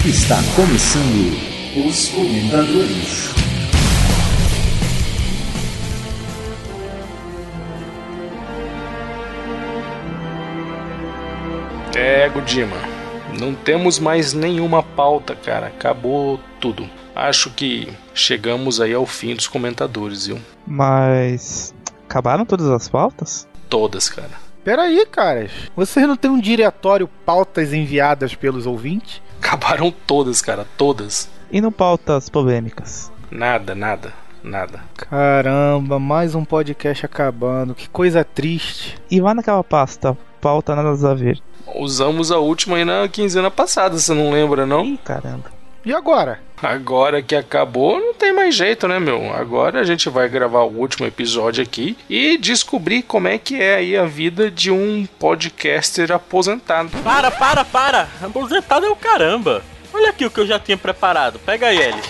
Está começando os Comentadores. Gudima, não temos mais nenhuma pauta, cara. Acabou tudo. Acho que chegamos aí ao fim dos comentadores, viu? Mas acabaram todas as pautas? Todas, cara. Peraí, caras. Vocês não têm um diretório pautas enviadas pelos ouvintes? Acabaram todas, cara. Todas. E no pautas polêmicas? Nada. Caramba, mais um podcast acabando. Que coisa triste. E lá naquela pasta, pauta nada a ver. Usamos a última aí na quinzena passada, você não lembra, não? Ih, caramba. E agora? Agora que acabou, não tem mais jeito, né, meu? Agora a gente vai gravar o último episódio aqui e descobrir como é que é aí a vida de um podcaster aposentado. Para! Aposentado é o caramba. Olha aqui o que eu já tinha preparado. Pega aí, Ellis.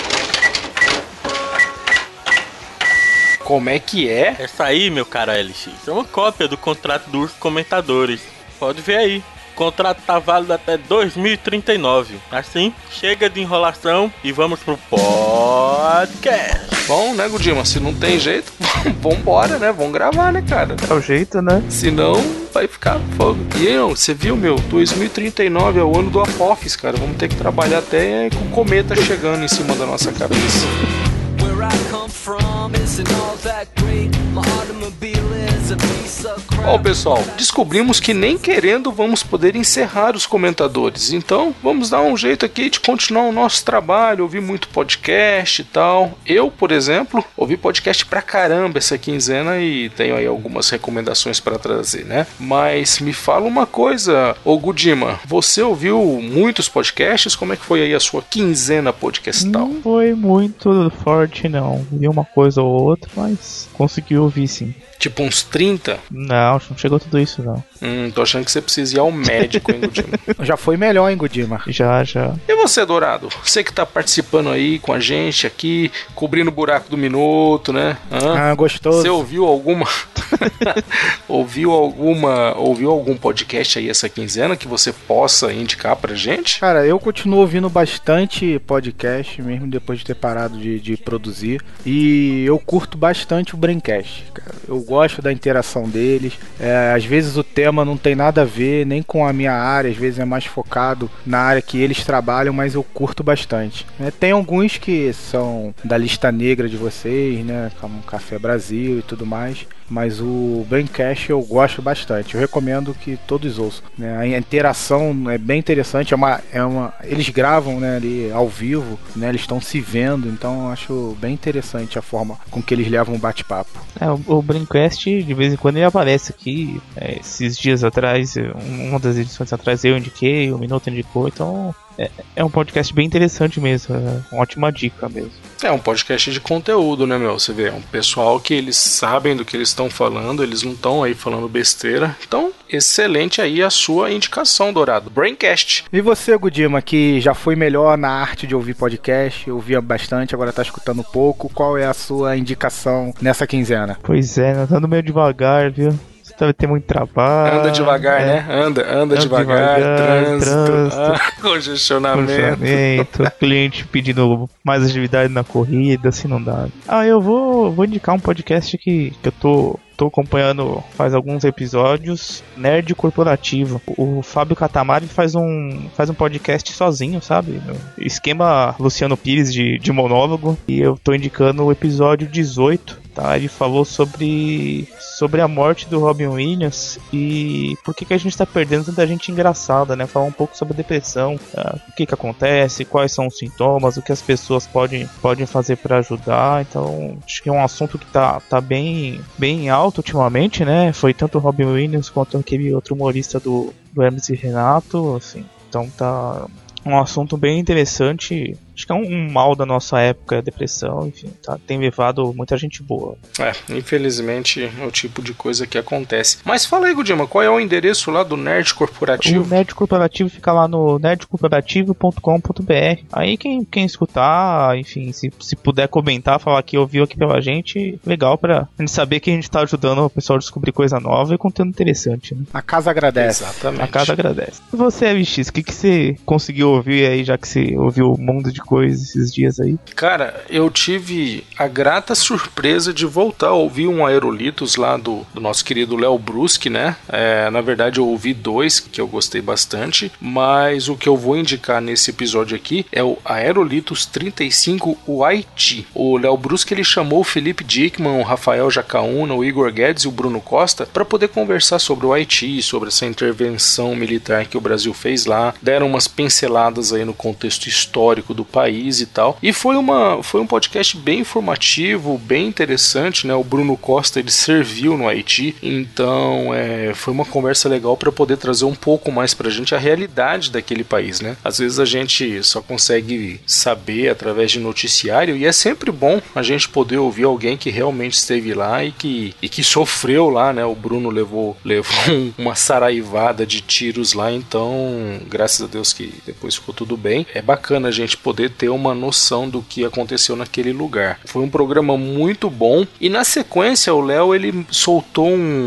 Como é que é? Essa aí, meu caro Ellis, é uma cópia do contrato dos comentadores. Pode ver aí. O contrato tá válido até 2039. Assim, chega de enrolação e vamos pro podcast. Bom, né, Gudima? Se não tem jeito, vambora, né? Vamos gravar, né, cara? É o jeito, né? Senão vai ficar fogo. E aí, você viu, meu? 2039 é o ano do Apophis, cara. Vamos ter que trabalhar até com o cometa chegando em cima da nossa cabeça. Bom, pessoal, descobrimos que nem querendo vamos poder encerrar os comentadores. Então, vamos dar um jeito aqui de continuar o nosso trabalho, ouvir muito podcast e tal. Eu, por exemplo, ouvi podcast pra caramba essa quinzena e tenho aí algumas recomendações pra trazer, né? Mas me fala uma coisa, ô Gudima, você ouviu muitos podcasts? Como é que foi aí a sua quinzena podcastal? Não foi muito forte, não. Vi uma coisa ou outra, mas consegui ouvir, sim. Tipo uns 30? Não chegou tudo isso, não. Tô achando que você precisa ir ao médico, hein, Gudima? Já foi melhor, hein, Gudima? Já. E você, Dourado? Você que tá participando aí com a gente aqui, cobrindo o buraco do minuto, né? Gostoso. Você ouviu alguma... ouviu algum podcast aí essa quinzena que você possa indicar pra gente? Cara, eu continuo ouvindo bastante podcast, mesmo depois de ter parado de produzir. E eu curto bastante o Braincast, cara. Eu gosto da interação deles. Às vezes o tema não tem nada a ver nem com a minha área, às vezes é mais focado na área que eles trabalham, mas eu curto bastante. Tem alguns que são da lista negra de vocês, né? Como Café Brasil e tudo mais. Mas o Braincast eu gosto bastante. Eu recomendo que todos ouçam, né? A interação é bem interessante. Eles gravam, né, ali ao vivo, né? Eles estão se vendo. Então eu acho bem interessante a forma com que eles levam o bate-papo. O Braincast, de vez em quando ele aparece aqui. Esses dias atrás, uma das edições atrás eu indiquei, o Minuto indicou. Então é um podcast bem interessante mesmo. É uma ótima dica mesmo. É um podcast de conteúdo, né, meu? Você vê, é um pessoal que eles sabem do que eles estão falando, eles não estão aí falando besteira. Então, excelente aí a sua indicação, Dourado. Braincast. E você, Gudima, que já foi melhor na arte de ouvir podcast, ouvia bastante, agora tá escutando pouco. Qual é a sua indicação nessa quinzena? Pois é, andando meio devagar, viu? Deve ter muito trabalho. Anda devagar, né? Anda devagar. Trânsito. Congestionamento. Cliente pedindo mais agilidade na corrida, assim não dá. Eu vou indicar um podcast que eu tô acompanhando faz alguns episódios, Nerd Corporativo. O Fábio Catamari faz um podcast sozinho, sabe? Esquema Luciano Pires de monólogo. E eu tô indicando o episódio 18, tá? Ele falou sobre a morte do Robin Williams e por que a gente tá perdendo tanta gente engraçada, né? Falar um pouco sobre a depressão, o que acontece, quais são os sintomas, o que as pessoas podem fazer para ajudar. Então, acho que é um assunto que tá bem alto ultimamente, né? Foi tanto o Robin Williams quanto aquele outro humorista do Hermes e Renato, assim. Então tá um assunto bem interessante. Acho que é um mal da nossa época, a depressão, enfim, tá? Tem levado muita gente boa. Infelizmente é o tipo de coisa que acontece. Mas fala aí, Gudima, qual é o endereço lá do Nerd Corporativo? O Nerd Corporativo fica lá no nerdcorporativo.com.br. Aí quem escutar, enfim, se puder comentar, falar que ouviu aqui pela gente, legal pra gente saber que a gente tá ajudando o pessoal a descobrir coisa nova e conteúdo interessante, né? A casa agradece. Exatamente. A casa agradece. E você, LX, o que você conseguiu ouvir aí, já que você ouviu um mundo de coisas esses dias aí? Cara, eu tive a grata surpresa de voltar a ouvir um Aerolitos lá do nosso querido Léo Bruschi, né? Na verdade, eu ouvi 2 que eu gostei bastante, mas o que eu vou indicar nesse episódio aqui é o Aerolitos 35, o Haiti. O Léo Bruschi, ele chamou o Felipe Dickman, o Rafael Jacaúna, o Igor Guedes e o Bruno Costa para poder conversar sobre o Haiti, sobre essa intervenção militar que o Brasil fez lá, deram umas pinceladas aí no contexto histórico do país e tal, e foi um podcast bem informativo, bem interessante, né? O Bruno Costa, ele serviu no Haiti, então foi uma conversa legal para poder trazer um pouco mais pra gente a realidade daquele país, né? Às vezes a gente só consegue saber através de noticiário, e é sempre bom a gente poder ouvir alguém que realmente esteve lá e que sofreu lá, né? O Bruno levou uma saraivada de tiros lá, então graças a Deus que depois ficou tudo bem. É bacana a gente poder ter uma noção do que aconteceu naquele lugar. Foi um programa muito bom, e na sequência o Léo, ele soltou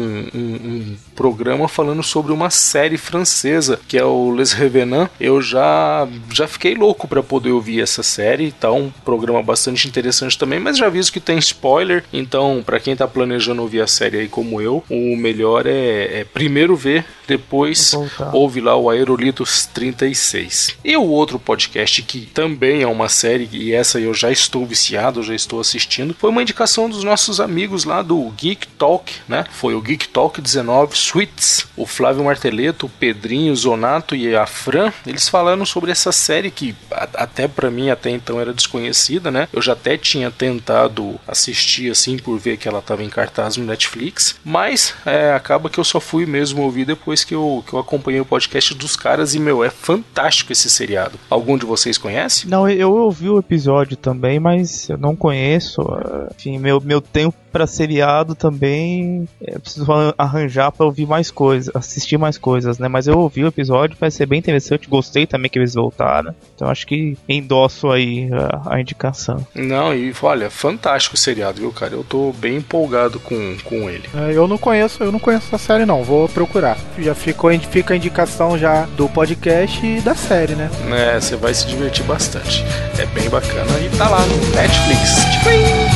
um programa falando sobre uma série francesa, que é o Les Revenants. Eu já fiquei louco para poder ouvir essa série, tá um programa bastante interessante também, mas já aviso que tem spoiler, então para quem tá planejando ouvir a série aí como eu, o melhor é primeiro ver, depois ouve lá o Aerolitos 36. E o outro podcast que também é uma série, e essa eu já estou viciado, já estou assistindo, foi uma indicação dos nossos amigos lá do Geek Talk, né? Foi o Geek Talk 19 Suites, o Flávio Marteleto, o Pedrinho, o Zonato e a Fran, eles falaram sobre essa série que até pra mim até então era desconhecida, né? Eu já até tinha tentado assistir assim por ver que ela estava em cartaz no Netflix, mas acaba que eu só fui mesmo ouvir depois que eu acompanhei o podcast dos caras, e é fantástico esse seriado. Algum de vocês conhece? Não, eu ouvi o episódio também, mas eu não conheço. Enfim, meu tempo pra seriado também, preciso arranjar pra ouvir mais coisas, assistir mais coisas, né? Mas eu ouvi o episódio, parece ser bem interessante, gostei também que eles voltaram, então acho que endosso aí a indicação. Não, e olha, fantástico o seriado, viu, cara? Eu tô bem empolgado com ele. Eu não conheço essa série não, vou procurar. Já fica a indicação já do podcast e da série, né? Você vai se divertir bastante. É bem bacana e tá lá no Netflix. Tchim!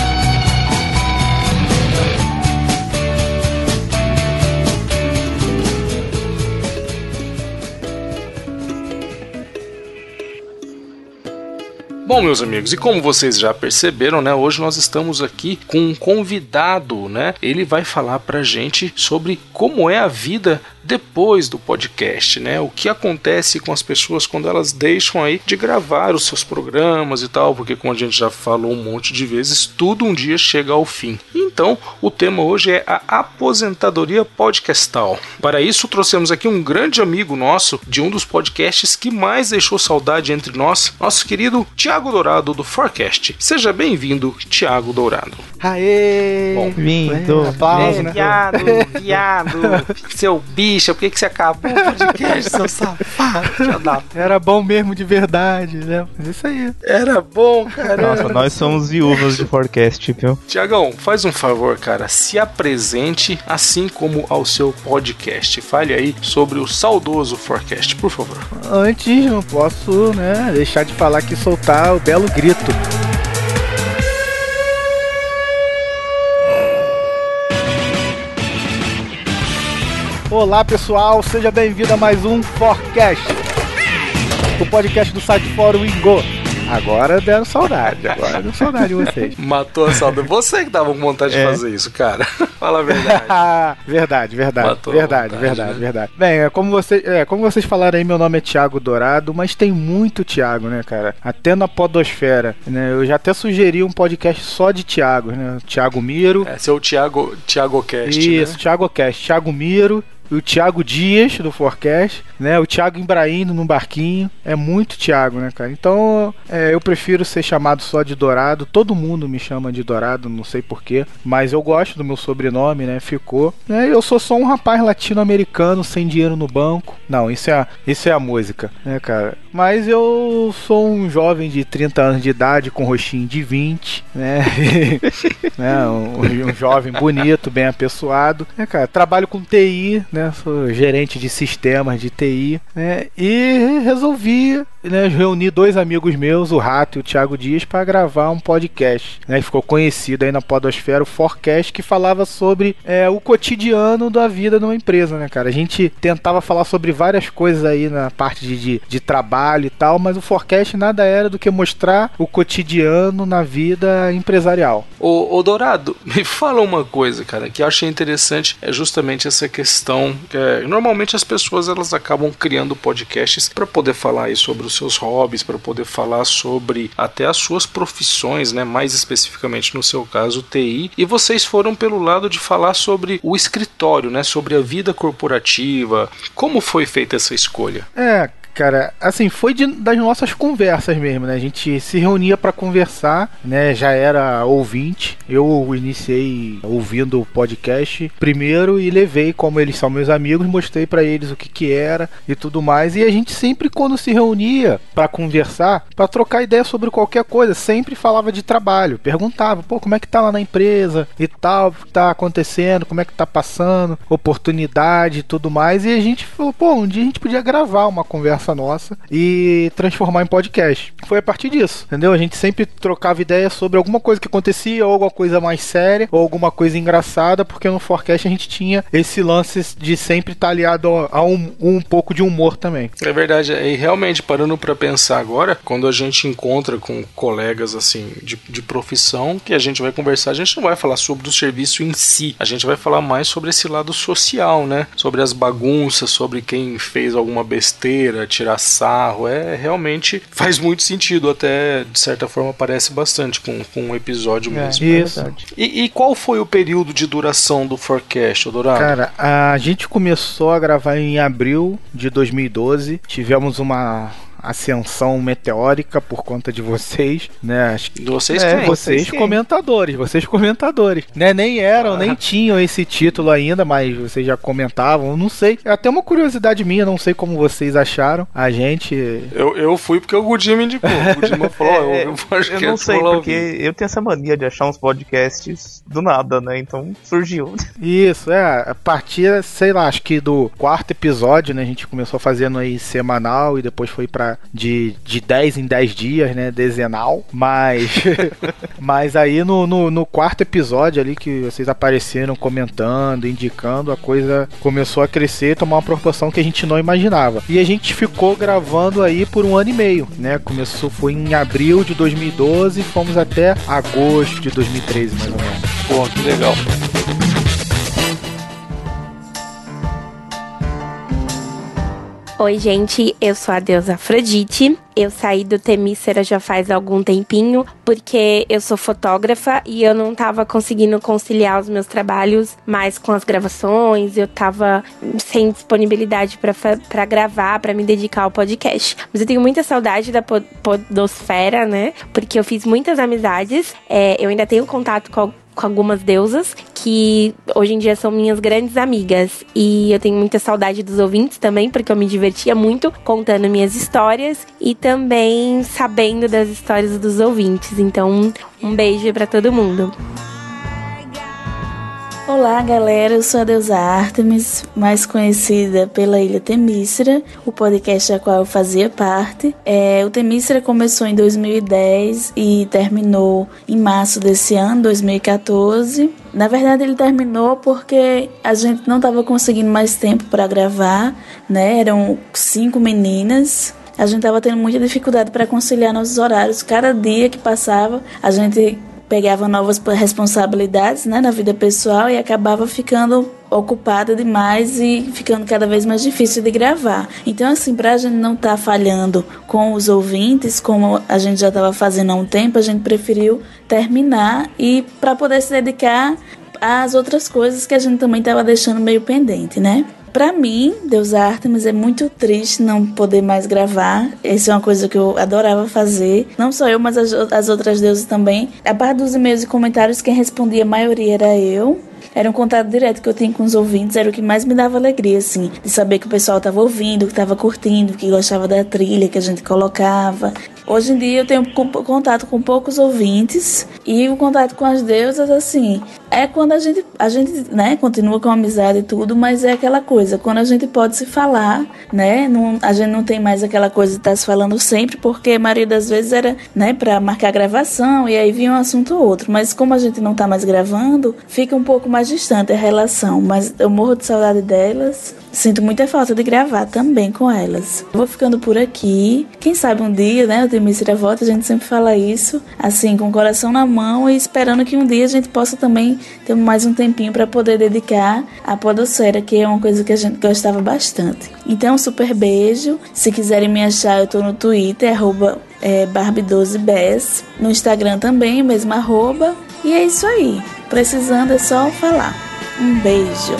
Bom, meus amigos, e como vocês já perceberam, né, hoje nós estamos aqui com um convidado, né? Ele vai falar pra gente sobre como é a vida depois do podcast, né? O que acontece com as pessoas quando elas deixam aí de gravar os seus programas e tal, porque como a gente já falou um monte de vezes, tudo um dia chega ao fim. Então, o tema hoje é a aposentadoria podcastal. Para isso, trouxemos aqui um grande amigo nosso de um dos podcasts que mais deixou saudade entre nós, nosso querido Thiago Dourado do Forecast. Seja bem-vindo, Thiago Dourado. Aê! Bom, vindo, aplauso, né? Viado, seu bicho, por que você acabou o podcast, seu safado? Era bom mesmo de verdade, né? Mas isso aí. Era bom, cara. Nossa, nós somos viúvas de Forecast, viu? Tiagão, faz um favor, cara, se apresente assim como ao seu podcast. Fale aí sobre o saudoso Forecast, por favor. Antes, não posso, né, deixar de falar que soltar o belo grito. Olá pessoal, seja bem-vindo a mais um Forecast, o podcast do site Fórum Wingo. Agora deram saudade de vocês. Matou a saudade. Você que tava com vontade de fazer isso, cara. Fala a verdade. verdade. Bem, como vocês falaram aí, meu nome é Thiago Dourado, mas tem muito Thiago, né, cara? Até na podosfera, né? Eu já até sugeri um podcast só de Thiago, né? Thiago Miro. Esse é o Thiago Cast, isso, né? Thiago Cast, Thiago Miro o Thiago Dias do Forecast, né? O Thiago Embraíno no barquinho. É muito Thiago, né, cara? Então, eu prefiro ser chamado só de Dourado. Todo mundo me chama de Dourado, não sei porquê, mas eu gosto do meu sobrenome, né? Ficou. Eu sou só um rapaz latino-americano sem dinheiro no banco. Não, isso é a música, né, cara? Mas eu sou um jovem de 30 anos de idade com rostinho de 20, né? um jovem bonito, bem apessoado, né, cara? Trabalho com TI, né? Sou gerente de sistemas de TI, né? E resolvi, né, reunir dois amigos meus, o Rato e o Thiago Dias, para gravar um podcast, né? Ficou conhecido aí na podosfera, o Forecast, que falava sobre o cotidiano da vida de uma empresa, né, cara? A gente tentava falar sobre várias coisas aí na parte de trabalho e tal, mas o Forecast nada era do que mostrar o cotidiano na vida empresarial. Ô Dourado, me fala uma coisa, cara, que eu achei interessante, é justamente essa questão que normalmente as pessoas elas acabam criando podcasts para poder falar aí sobre os seus hobbies, para poder falar sobre até as suas profissões, né, mais especificamente no seu caso TI, e vocês foram pelo lado de falar sobre o escritório, né, sobre a vida corporativa. Como foi feita essa escolha? Cara, assim, foi das nossas conversas mesmo, né? A gente se reunia pra conversar, né? Já era ouvinte. Eu iniciei ouvindo o podcast primeiro e levei, como eles são meus amigos, mostrei pra eles o que era e tudo mais. E a gente sempre, quando se reunia pra conversar, pra trocar ideia sobre qualquer coisa, sempre falava de trabalho. Perguntava, como é que tá lá na empresa e tal, o que tá acontecendo, como é que tá passando, oportunidade e tudo mais. E a gente falou, um dia a gente podia gravar uma conversa nossa e transformar em podcast. Foi a partir disso, entendeu? A gente sempre trocava ideias sobre alguma coisa que acontecia, ou alguma coisa mais séria, ou alguma coisa engraçada, porque no Forecast a gente tinha esse lance de sempre estar aliado a um pouco de humor também. É verdade, e realmente, parando pra pensar agora, quando a gente encontra com colegas assim de profissão, que a gente vai conversar, a gente não vai falar sobre o serviço em si, a gente vai falar mais sobre esse lado social, né? Sobre as bagunças, sobre quem fez alguma besteira, tirar sarro, realmente faz muito sentido, até de certa forma parece bastante com um episódio mesmo. Isso. E qual foi o período de duração do Forecast, Dourado? Cara, a gente começou a gravar em abril de 2012, tivemos uma ascensão meteórica por conta de vocês, né? Vocês comentadores, né? Nem eram, nem tinham esse título ainda, mas vocês já comentavam, não sei. É até uma curiosidade minha, não sei como vocês acharam. A gente... Eu fui porque o Gudim me indicou. O Gudim falou, eu não sei, porque eu tenho essa mania de achar uns podcasts do nada, né? Então surgiu. Isso, a partir, sei lá, acho que do 4º episódio, né? A gente começou fazendo aí semanal e depois foi pra de 10 em 10 dias, né, dezenal, mas aí no 4º episódio ali que vocês apareceram comentando, indicando, a coisa começou a crescer e tomar uma proporção que a gente não imaginava. E a gente ficou gravando aí por 1 ano e meio, né, foi em abril de 2012 e fomos até agosto de 2013, mais ou menos. Pô, que legal. Oi, gente, eu sou a deusa Afrodite. Eu saí do Temícera já faz algum tempinho, porque eu sou fotógrafa e eu não tava conseguindo conciliar os meus trabalhos mais com as gravações. Eu tava sem disponibilidade pra gravar, pra me dedicar ao podcast. Mas eu tenho muita saudade da podosfera, né? Porque eu fiz muitas amizades. Eu ainda tenho contato com algumas deusas que hoje em dia são minhas grandes amigas, e eu tenho muita saudade dos ouvintes também, porque eu me divertia muito contando minhas histórias e também sabendo das histórias dos ouvintes. Então, um beijo pra todo mundo. Olá, galera, eu sou a deusa Artemis, mais conhecida pela Ilha Temícera, o podcast da qual eu fazia parte. O Temícera começou em 2010 e terminou em março desse ano, 2014. Na verdade, ele terminou porque a gente não estava conseguindo mais tempo para gravar, né? Eram 5 meninas. A gente estava tendo muita dificuldade para conciliar nossos horários. Cada dia que passava, a gente pegava novas responsabilidades, né, na vida pessoal e acabava ficando ocupada demais e ficando cada vez mais difícil de gravar. Então, assim, pra gente não estar falhando com os ouvintes, como a gente já estava fazendo há um tempo, a gente preferiu terminar e para poder se dedicar às outras coisas que a gente também estava deixando meio pendente, né? Pra mim, Deus Artemis, é muito triste não poder mais gravar. Essa é uma coisa que eu adorava fazer. Não só eu, mas as outras deusas também. A parte dos e-mails e comentários, quem respondia a maioria era eu. Era um contato direto que eu tinha com os ouvintes, era o que mais me dava alegria, assim, de saber que o pessoal estava ouvindo, que estava curtindo, que gostava da trilha que a gente colocava. Hoje em dia eu tenho contato com poucos ouvintes e o contato com as deusas, assim, é quando a gente né, continua com a amizade e tudo, mas é aquela coisa, quando a gente pode se falar, né, a gente não tem mais aquela coisa de estar se falando sempre, porque a maioria das vezes era, né, para marcar a gravação e aí vinha um assunto ou outro, mas como a gente não tá mais gravando, fica um pouco mais distante a relação, mas eu morro de saudade delas. Sinto muita falta de gravar também com elas. Vou ficando por aqui. Quem sabe um dia, né, o Temícera volta, a gente sempre fala isso, assim, com o coração na mão e esperando que um dia a gente possa também ter mais um tempinho para poder dedicar à podosfera, que é uma coisa que a gente gostava bastante. Então, um super beijo. Se quiserem me achar, eu tô no Twitter, @Barbie12bes. No Instagram também, mesmo @. E é isso aí. Precisando é só falar. Um beijo.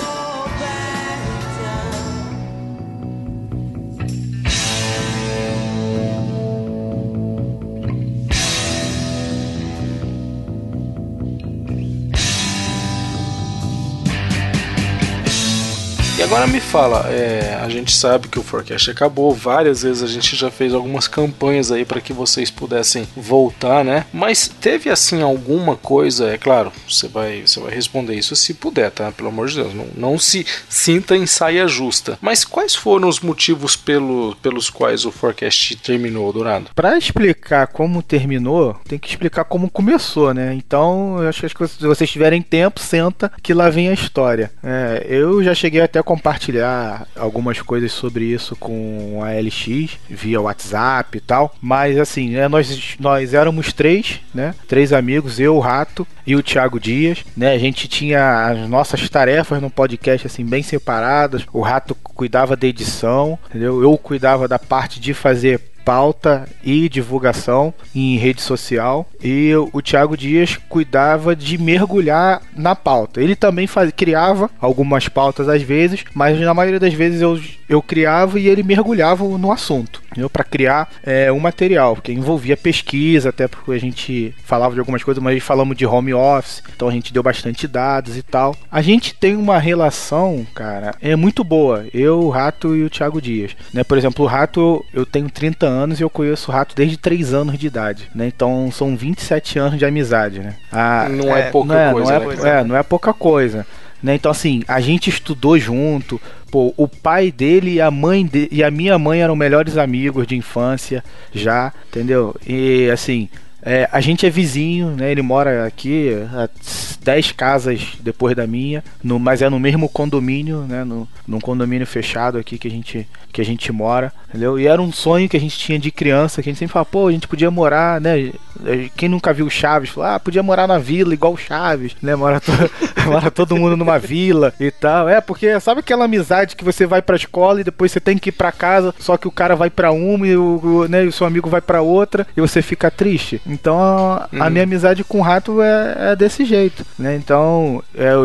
E agora me fala, a gente sabe que o Forecast acabou, várias vezes a gente já fez algumas campanhas aí para que vocês pudessem voltar, né? Mas teve assim alguma coisa, é claro, você vai responder isso se puder, tá? Pelo amor de Deus, não se sinta em saia justa. Mas quais foram os motivos pelos quais o Forecast terminou, Dourado? Para explicar como terminou, tem que explicar como começou, né? Então, eu acho que se vocês tiverem tempo, senta que lá vem a história. Eu já cheguei até a compartilhar algumas coisas sobre isso com a LX via WhatsApp e tal, mas assim, nós éramos três, né? 3 amigos, eu, o Rato e o Thiago Dias, né? A gente tinha as nossas tarefas no podcast assim bem separadas. O Rato cuidava da edição, entendeu? Eu cuidava da parte de fazer pauta e divulgação em rede social, e o Thiago Dias cuidava de mergulhar na pauta. Ele também criava algumas pautas às vezes, mas na maioria das vezes eu criava e ele mergulhava no assunto, para criar um material, que envolvia pesquisa, até porque a gente falava de algumas coisas, mas falamos de home office, então a gente deu bastante dados e tal. A gente tem uma relação, cara, muito boa, eu, o Rato e o Thiago Dias, né? Por exemplo, o Rato, eu tenho 30 anos e eu conheço o Rato desde 3 anos de idade, né? Então são 27 anos de amizade, né? Não é pouca coisa. Não é pouca coisa, né? Então assim, a gente estudou junto. Pô, o pai dele e a mãe e a minha mãe eram melhores amigos de infância já, entendeu? E assim, a gente é vizinho, né? Ele mora aqui a 10 casas depois da minha, mas é no mesmo condomínio, né? Num condomínio fechado aqui que a gente mora, entendeu? E era um sonho que a gente tinha de criança, que a gente sempre fala, pô, a gente podia morar, né? Quem nunca viu o Chaves, fala, podia morar na vila igual o Chaves, né? Mora todo mundo numa vila e tal. Porque sabe aquela amizade que você vai pra escola e depois você tem que ir pra casa, só que o cara vai pra uma e o seu amigo vai pra outra e você fica triste? Então a minha amizade com o Rato é desse jeito, né? Então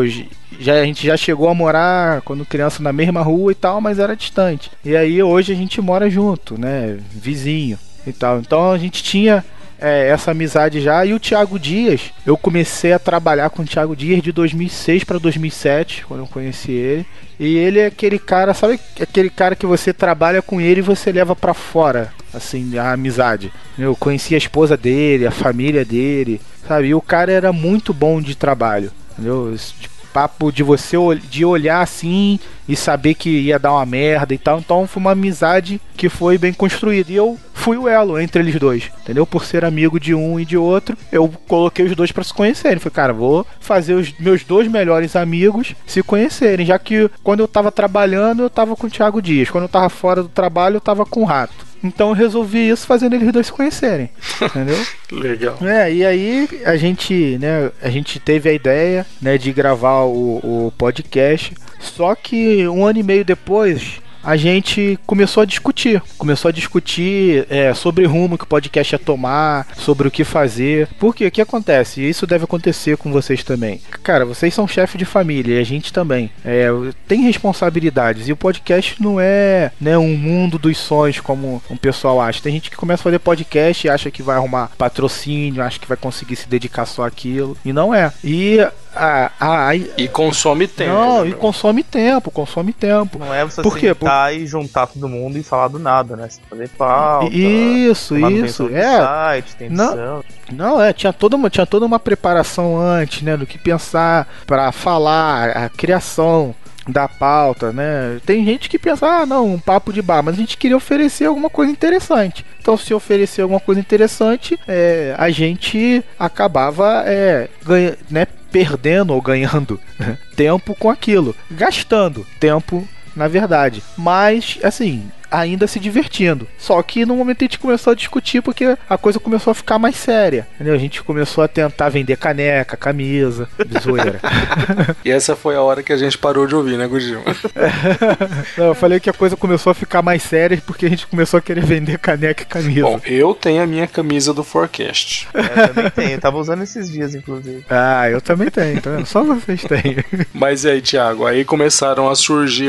a gente já chegou a morar quando criança na mesma rua e tal, mas era distante. E aí hoje a gente mora junto, né? Vizinho e tal. Então a gente tinha essa amizade já. E o Thiago Dias, eu comecei a trabalhar com o Thiago Dias de 2006 para 2007, quando eu conheci ele. E ele é aquele cara, sabe aquele cara que você trabalha com ele e você leva pra fora, assim, a amizade. Eu conheci a esposa dele, a família dele, sabe? E o cara era muito bom de trabalho, entendeu? Esse papo de você de olhar assim e saber que ia dar uma merda e tal. Então foi uma amizade que foi bem construída. E eu fui o elo entre eles dois, entendeu? Por ser amigo de um e de outro, eu coloquei os dois pra se conhecerem. Falei, cara, vou fazer os meus 2 melhores amigos se conhecerem. Já que quando eu tava trabalhando, eu tava com o Thiago Dias. Quando eu tava fora do trabalho, eu tava com o Rato. Então eu resolvi isso fazendo eles dois se conhecerem, entendeu? Legal. E aí a gente teve a ideia, né, de gravar o podcast. Só que 1 ano e meio depois, a gente começou a discutir sobre o rumo que o podcast ia tomar, sobre o que fazer. Porque o que acontece? E isso deve acontecer com vocês também. Cara, vocês são chefe de família e a gente também. Tem responsabilidades. E o podcast não é, né, um mundo dos sonhos como um pessoal acha. Tem gente que começa a fazer podcast e acha que vai arrumar patrocínio, acha que vai conseguir se dedicar só àquilo. E não é. E consome tempo. Não, e consome tempo. Não é você sentar e juntar todo mundo e falar do nada, né? Você fazer pauta. Isso. Site, tem edição. Tinha toda uma preparação antes, né? Do que pensar pra falar, a criação da pauta, né? Tem gente que pensa, um papo de bar, mas a gente queria oferecer alguma coisa interessante. Então, se oferecer alguma coisa interessante, a gente acabava perdendo ou ganhando tempo com aquilo, gastando tempo, na verdade, mas assim, ainda se divertindo. Só que no momento a gente começou a discutir porque a coisa começou a ficar mais séria, entendeu? A gente começou a tentar vender caneca, camisa, zoeira. E essa foi a hora que a gente parou de ouvir, né, Gudinho? Não, eu falei que a coisa começou a ficar mais séria porque a gente começou a querer vender caneca e camisa. Bom, eu tenho a minha camisa do Forecast. Eu também tenho, eu tava usando esses dias, inclusive. Eu também tenho, tá vendo? Só vocês têm. Mas e aí, Thiago, aí começaram a surgir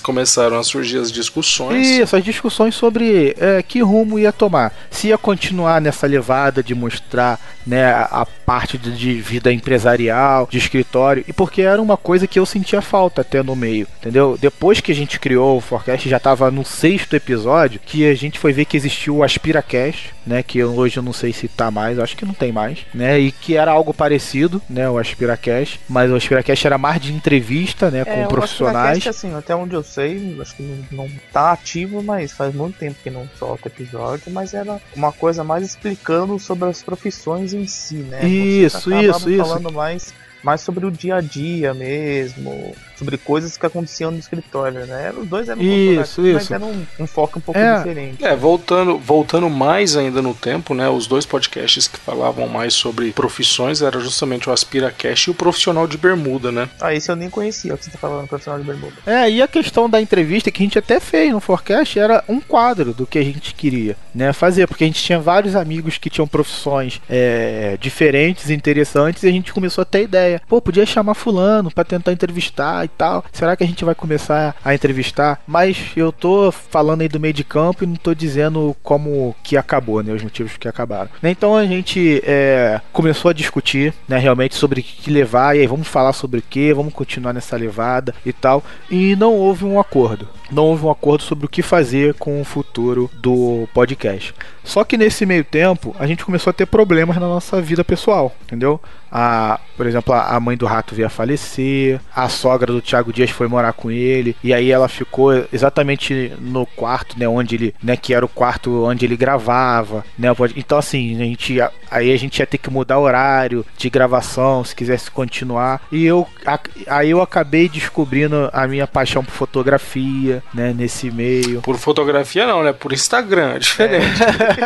as discussões. Isso, as discussões sobre que rumo ia tomar. Se ia continuar nessa levada de mostrar, né, a parte de vida empresarial, de escritório, e porque era uma coisa que eu sentia falta até no meio, entendeu? Depois que a gente criou o Forecast, já estava no 6º episódio, que a gente foi ver que existiu o AspiraCast, né, que hoje eu não sei se tá mais, acho que não tem mais, né, e que era algo parecido, né, o AspiraCast, mas o AspiraCast era mais de entrevista, né, com profissionais. O AspiraCast, assim, até onde eu sei, acho que não tá ativo, mas faz muito tempo que não solta episódio, mas era uma coisa mais explicando sobre as profissões em si, né? Isso. Falando mais sobre o dia a dia mesmo, sobre coisas que aconteciam no escritório, né? Os dois eram mas era um foco um pouco diferente. Voltando mais ainda no tempo, né? Os dois podcasts que falavam mais sobre profissões era justamente o AspiraCast e o Profissional de Bermuda, né? Esse eu nem conhecia, o que você tá falando, Profissional de Bermuda. E a questão da entrevista que a gente até fez no Forecast era um quadro do que a gente queria, né, fazer, porque a gente tinha vários amigos que tinham profissões diferentes, interessantes, e a gente começou a ter ideia. Podia chamar fulano pra tentar entrevistar e tal. Será que a gente vai começar a entrevistar? Mas eu tô falando aí do meio de campo e não tô dizendo como que acabou, né, os motivos que acabaram. Então a gente começou a discutir, né, realmente sobre o que levar, e aí vamos falar sobre o que, vamos continuar nessa levada e tal, e não houve um acordo. Não houve um acordo sobre o que fazer com o futuro do podcast. Só que nesse meio tempo, a gente começou a ter problemas na nossa vida pessoal, entendeu? Por exemplo, a mãe do Rato veio a falecer, a sogra do Thiago Dias foi morar com ele, e aí ela ficou exatamente no quarto, né, onde ele, né, que era o quarto onde ele gravava, né? Então assim, a gente ia ter que mudar o horário de gravação, se quisesse continuar, e aí eu acabei descobrindo a minha paixão por fotografia, né, nesse meio. Por fotografia não, né? Por Instagram, é diferente.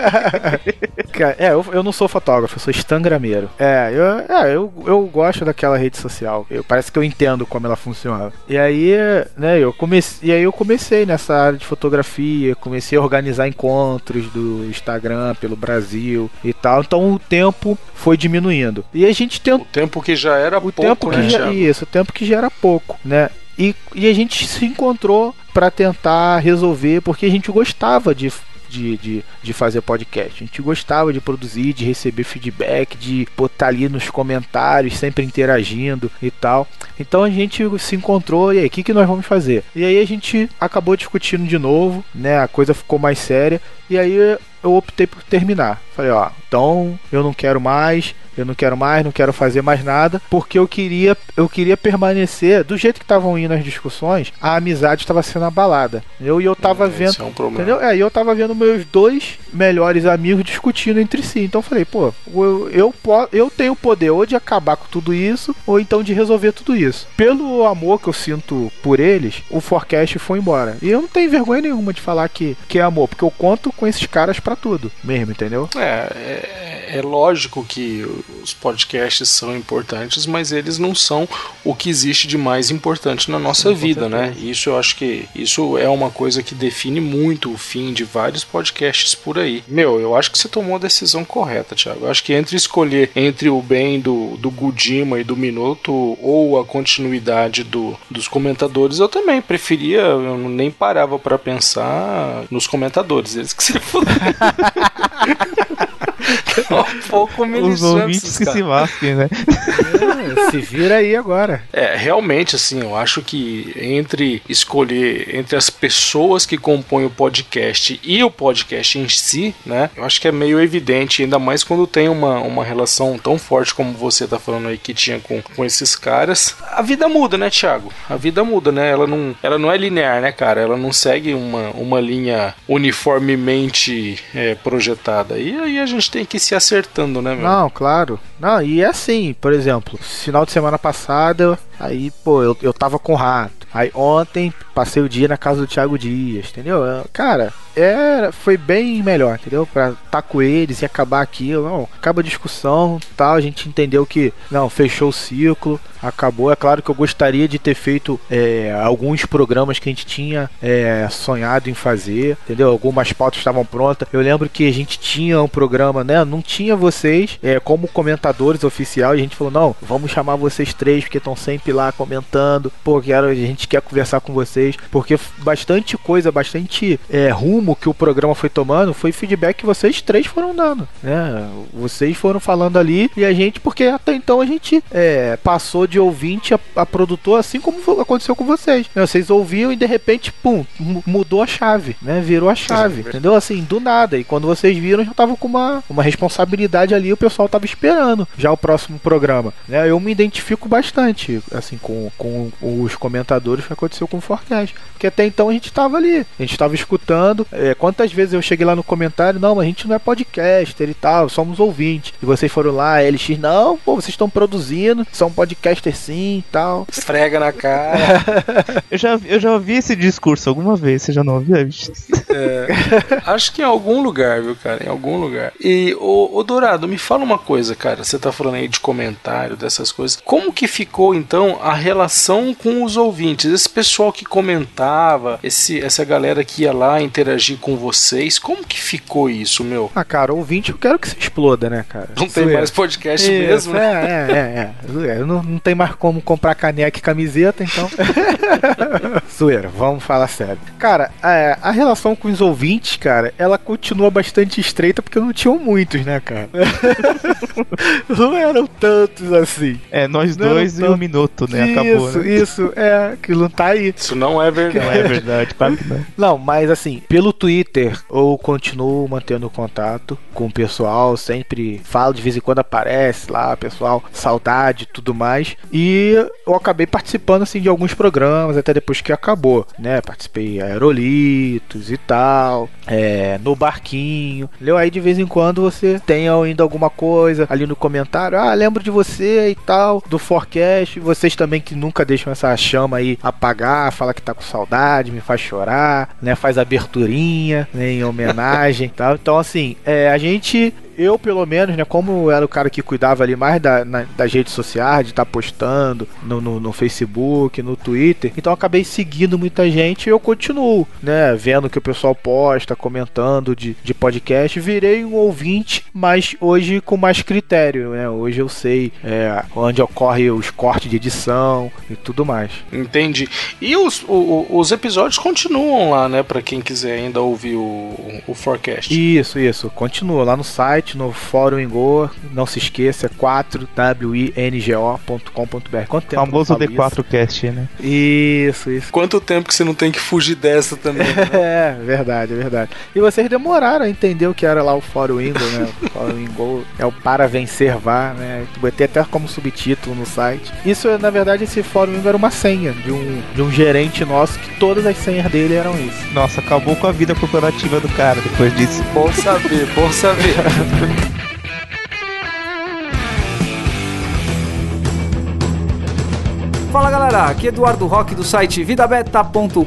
Eu não sou fotógrafo, eu sou instagrameiro. Eu gosto daquela rede social. Parece que eu entendo como ela funciona. E aí, né, eu comecei nessa área de fotografia, comecei a organizar encontros do Instagram pelo Brasil e tal. Então o tempo foi diminuindo. E a gente tentou. O tempo que já era pouco, o tempo que já era pouco, né? E a gente se encontrou para tentar resolver, porque a gente gostava de fazer podcast. A gente gostava de produzir, de receber feedback, de botar ali nos comentários, sempre interagindo e tal. Então a gente se encontrou, e aí, o que nós vamos fazer? E aí a gente acabou discutindo de novo, né? A coisa ficou mais séria, e aí eu optei por terminar. Falei, então eu não quero mais, não quero fazer mais nada, porque eu queria permanecer do jeito que estavam indo as discussões. A amizade estava sendo abalada. Eu tava vendo, é um problema. Entendeu? E eu tava vendo meus dois melhores amigos discutindo entre si. Então eu falei, eu tenho o poder ou de acabar com tudo isso, ou então de resolver tudo isso. Pelo amor que eu sinto por eles, o Forecast foi embora. E eu não tenho vergonha nenhuma de falar que é amor, porque eu conto com esses caras pra tudo mesmo, entendeu? É lógico que os podcasts são importantes, mas eles não são o que existe de mais importante na nossa vida, né? Isso eu acho que isso é uma coisa que define muito o fim de vários podcasts por aí. Eu acho que você tomou a decisão correta, Thiago. Eu acho que escolher entre o bem do Gudima e do Minuto ou a continuidade dos comentadores, eu também preferia, eu nem parava pra pensar nos comentadores, eles que se fudem. Um pouco os ouvintes que se lasquem, né? Se vira aí agora. Realmente, assim, eu acho que entre as pessoas que compõem o podcast e o podcast em si, né? Eu acho que é meio evidente, ainda mais quando tem uma relação tão forte como você tá falando aí que tinha com esses caras. A vida muda, né, Thiago? A vida muda, né? Ela não é linear, né, cara? Ela não segue uma linha uniformemente projetada. E aí a gente tem que ir se acertando, né, meu? Não, claro. Não, e é assim, por exemplo, final de semana passada, aí, pô, eu tava com o Rato. Aí ontem passei o dia na casa do Thiago Dias, entendeu? Cara, foi bem melhor, entendeu? Pra estar com eles e acabar aquilo, não, acaba a discussão, tal, a gente entendeu que, não, fechou o ciclo, acabou. É claro que eu gostaria de ter feito alguns programas que a gente tinha sonhado em fazer, entendeu? Algumas pautas estavam prontas. Eu lembro que a gente tinha um programa, né? Não tinha vocês como comentadores oficial, e a gente falou, não, vamos chamar vocês três, porque estão sempre lá comentando, pô, a gente quer conversar com vocês, porque bastante coisa, bastante rumo que o programa foi tomando, foi feedback que vocês três foram dando, né? Vocês foram falando ali, e a gente, porque até então a gente passou de ouvinte a produtor, assim como aconteceu com vocês, né? Vocês ouviam e de repente, pum, mudou a chave, né? Virou a chave, entendeu? Assim, do nada, e quando vocês viram, já tava com uma responsabilidade ali, o pessoal tava esperando já o próximo programa, né? Eu me identifico bastante, assim, com os comentadores que aconteceu com o Forecast, porque até então a gente tava ali, a gente tava escutando. Quantas vezes eu cheguei lá no comentário, não, a gente não é podcaster e tal, somos ouvintes, e vocês foram lá, LX, não, pô, vocês estão produzindo, são podcaster sim e tal. Esfrega na cara. eu já ouvi esse discurso alguma vez, você já não ouviu? Acho que em algum lugar, viu, cara, em algum lugar. E, ô Dourado, me fala uma coisa, cara, você tá falando aí de comentário, dessas coisas, como que ficou então a relação com os ouvintes, esse pessoal que comentava, essa galera que ia lá interagir com vocês, como que ficou isso, meu? Cara, ouvinte, eu quero que se exploda, né, cara? Não tem mais podcast mesmo, né? Não tem mais como comprar caneca e camiseta, então. Zoeira, vamos falar sério. Cara, a relação com os ouvintes, cara, ela continua bastante estreita porque não tinham muitos, né, cara? Não eram tantos assim. Nós dois e um minuto, né? Acabou, né? Isso, aquilo não tá aí. Isso não é verdade. Não é verdade, claro que não. Não, mas assim, pelo Twitter eu continuo mantendo contato com o pessoal, sempre falo, de vez em quando aparece lá, pessoal, saudade e tudo mais. E eu acabei participando assim de alguns programas, até depois que acabou, né? Participei Aerolitos e tal, no Barquinho. Leu aí de vez em quando você tem ainda alguma coisa ali no comentário, lembro de você e tal, do Forecast. Vocês também que nunca deixam essa chama aí apagar, fala que tá com saudade, me faz chorar, né? Faz aberturinha, né? Em homenagem e tal. Então assim, eu pelo menos, né, como eu era o cara que cuidava ali mais das redes sociais, de estar postando no Facebook, no Twitter, então eu acabei seguindo muita gente e eu continuo, né, vendo o que o pessoal posta, comentando de podcast, virei um ouvinte, mas hoje com mais critério, né, hoje eu sei onde ocorre os cortes de edição e tudo mais. Entendi. E os episódios continuam lá, né, pra quem quiser ainda ouvir o Forecast. Isso, continua lá no site, no Fórum Ingo, não se esqueça, 4wingo.com.br. Quanto tempo? Famoso D4Cast, né? Isso. Quanto tempo que você não tem que fugir dessa também, né? Verdade. E vocês demoraram a entender o que era lá o Fórum Ingo, né? O Fórum Ingo é o Para Vencer Vá, né? Botei até como subtítulo no site. Isso, na verdade, esse Fórum Ingo era uma senha de um gerente nosso, que todas as senhas dele eram isso. Nossa, acabou com a vida corporativa do cara depois disso. Bom saber. Fala, galera, galera, aqui é Eduardo Roque do site vidabeta.com.br.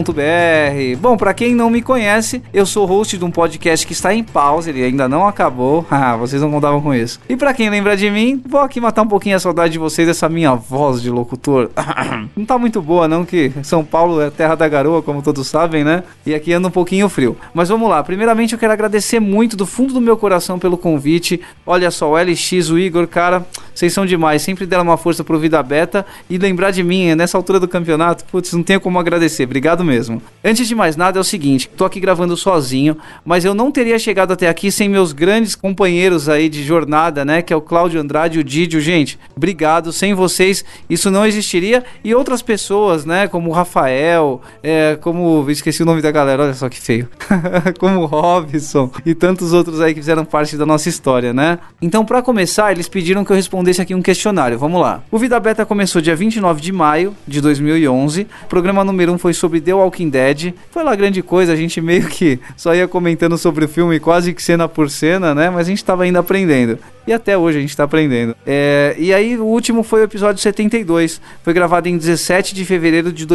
Bom, pra quem não me conhece, eu sou host de um podcast que está em pausa, ele ainda não acabou. Vocês não contavam com isso. E pra quem lembra de mim, vou aqui matar um pouquinho a saudade de vocês dessa minha voz de locutor. Não tá muito boa não, que São Paulo é terra da garoa, como todos sabem, né? E aqui anda um pouquinho frio. Mas vamos lá, primeiramente eu quero agradecer muito do fundo do meu coração pelo convite. Olha só, o LX, o Igor, cara, vocês são demais, sempre deram uma força pro Vida Beta e lembrar de mim nessa altura do campeonato, putz, não tenho como agradecer, obrigado mesmo. Antes de mais nada é o seguinte, tô aqui gravando sozinho, mas eu não teria chegado até aqui sem meus grandes companheiros aí de jornada, né, que é o Cláudio Andrade e o Didio. Gente, obrigado, sem vocês isso não existiria, e outras pessoas, né, como o Rafael, como, esqueci o nome da galera, olha só que feio, como o Robson e tantos outros aí que fizeram parte da nossa história, né. Então, pra começar, eles pediram que eu respondesse aqui um questionário, vamos lá. O Vida Beta começou dia 29 de maio de 2011, o programa número 1 foi sobre The Walking Dead, foi lá grande coisa, a gente meio que só ia comentando sobre o filme quase que cena por cena, né, mas a gente tava ainda aprendendo. E até hoje a gente tá aprendendo. E aí o último foi o episódio 72. Foi gravado em 17 de fevereiro de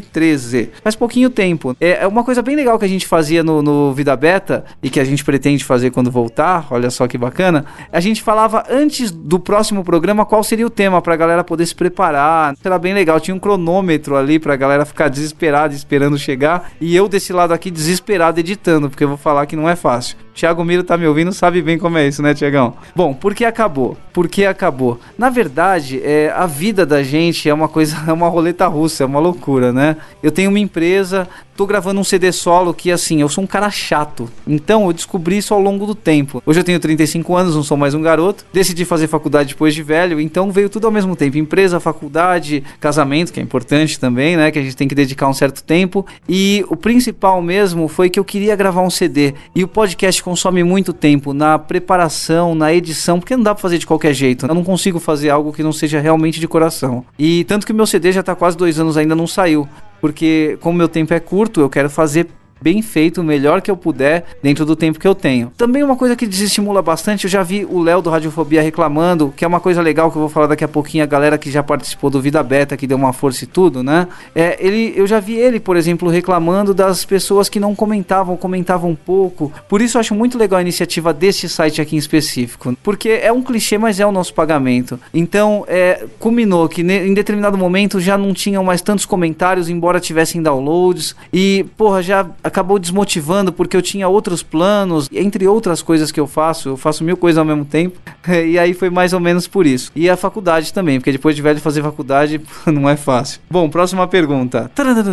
2013. Faz pouquinho tempo. É uma coisa bem legal que a gente fazia no Vida Beta e que a gente pretende fazer quando voltar. Olha só que bacana. A gente falava antes do próximo programa qual seria o tema pra galera poder se preparar. Era bem legal. Tinha um cronômetro ali pra galera ficar desesperada esperando chegar. E eu desse lado aqui desesperado editando, porque eu vou falar que não é fácil. Thiago Miro tá me ouvindo, sabe bem como é isso, né, Thiagão? Bom, por que acabou? Porque acabou. Na verdade, a vida da gente é uma coisa, é uma roleta russa, é uma loucura, né? Eu tenho uma empresa, tô gravando um CD solo que, assim, eu sou um cara chato. Então, eu descobri isso ao longo do tempo. Hoje eu tenho 35 anos, não sou mais um garoto. Decidi fazer faculdade depois de velho, então veio tudo ao mesmo tempo. Empresa, faculdade, casamento, que é importante também, né? Que a gente tem que dedicar um certo tempo. E o principal mesmo foi que eu queria gravar um CD. E o podcast consome muito tempo na preparação, na edição, porque não dá pra fazer de qualquer jeito. Eu não consigo fazer algo que não seja realmente de coração. E tanto que o meu CD já tá quase 2 anos, ainda não saiu. Porque como meu tempo é curto, eu quero fazer bem feito, o melhor que eu puder dentro do tempo que eu tenho. Também uma coisa que desestimula bastante, eu já vi o Léo do Radiofobia reclamando, que é uma coisa legal que eu vou falar daqui a pouquinho, a galera que já participou do Vida Beta, que deu uma força e tudo, né? Eu já vi ele, por exemplo, reclamando das pessoas que não comentavam pouco. Por isso eu acho muito legal a iniciativa deste site aqui em específico, porque é um clichê, mas é o nosso pagamento. Então, culminou que em determinado momento já não tinham mais tantos comentários, embora tivessem downloads, e, porra, já acabou desmotivando porque eu tinha outros planos, entre outras coisas que eu faço 1000 coisas ao mesmo tempo, e aí foi mais ou menos por isso. E a faculdade também, porque depois de velho fazer faculdade não é fácil. Bom, próxima pergunta.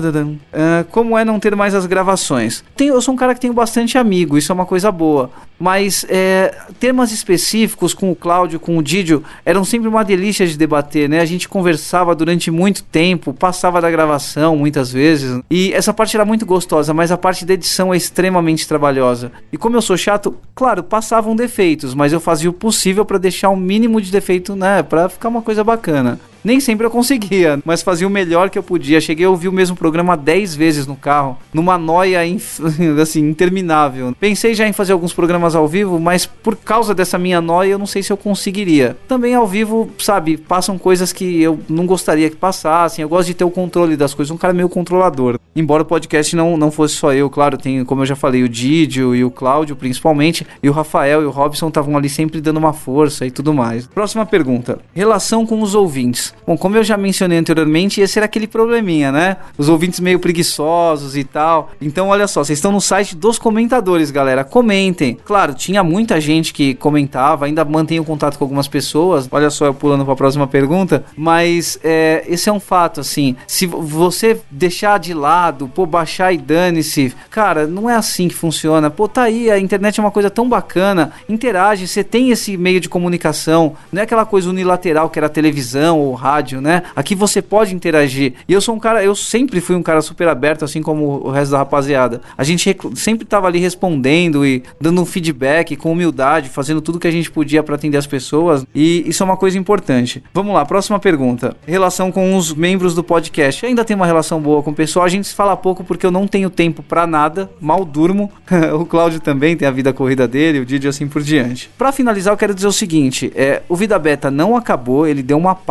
Como é não ter mais as gravações? Eu sou um cara que tenho bastante amigo, isso é uma coisa boa, mas temas específicos com o Cláudio, com o Didio, eram sempre uma delícia de debater, né? A gente conversava durante muito tempo, passava da gravação muitas vezes, e essa parte era muito gostosa, mas a parte da edição é extremamente trabalhosa. E como eu sou chato, claro, passavam defeitos, mas eu fazia o possível para deixar o mínimo de defeito, né, para ficar uma coisa bacana. Nem sempre eu conseguia, mas fazia o melhor que eu podia. Cheguei a ouvir o mesmo programa 10 vezes no carro, numa noia assim, interminável. Pensei já em fazer alguns programas ao vivo, mas por causa dessa minha noia, eu não sei se eu conseguiria. Também ao vivo, sabe, passam coisas que eu não gostaria que passassem. Eu gosto de ter o controle das coisas, um cara meio controlador. Embora o podcast não fosse só eu, claro, tem, como eu já falei, o Didio e o Cláudio principalmente, e o Rafael e o Robson estavam ali sempre dando uma força e tudo mais. Próxima pergunta. Relação com os ouvintes. Bom, como eu já mencionei anteriormente, esse era aquele probleminha, né? Os ouvintes meio preguiçosos e tal. Então, olha só, vocês estão no site dos comentadores, galera. Comentem. Claro, tinha muita gente que comentava, ainda mantenho contato com algumas pessoas. Olha só, eu pulando para a próxima pergunta. Mas esse é um fato, assim. Se você deixar de lado, baixar e dane-se, cara, não é assim que funciona. Tá aí, a internet é uma coisa tão bacana. Interage, você tem esse meio de comunicação. Não é aquela coisa unilateral que era televisão ou rádio, né? Aqui você pode interagir. E eu sou um cara, eu sempre fui um cara super aberto, assim como o resto da rapaziada. A gente sempre tava ali respondendo e dando um feedback com humildade, fazendo tudo que a gente podia para atender as pessoas. E isso é uma coisa importante. Vamos lá, próxima pergunta. Relação com os membros do podcast. Eu ainda tem uma relação boa com o pessoal. A gente se fala pouco porque eu não tenho tempo para nada. Mal durmo. O Cláudio também tem a vida corrida dele, o Didi, assim por diante. Para finalizar, eu quero dizer o seguinte. O Vida Beta não acabou, ele deu uma pausa. Eu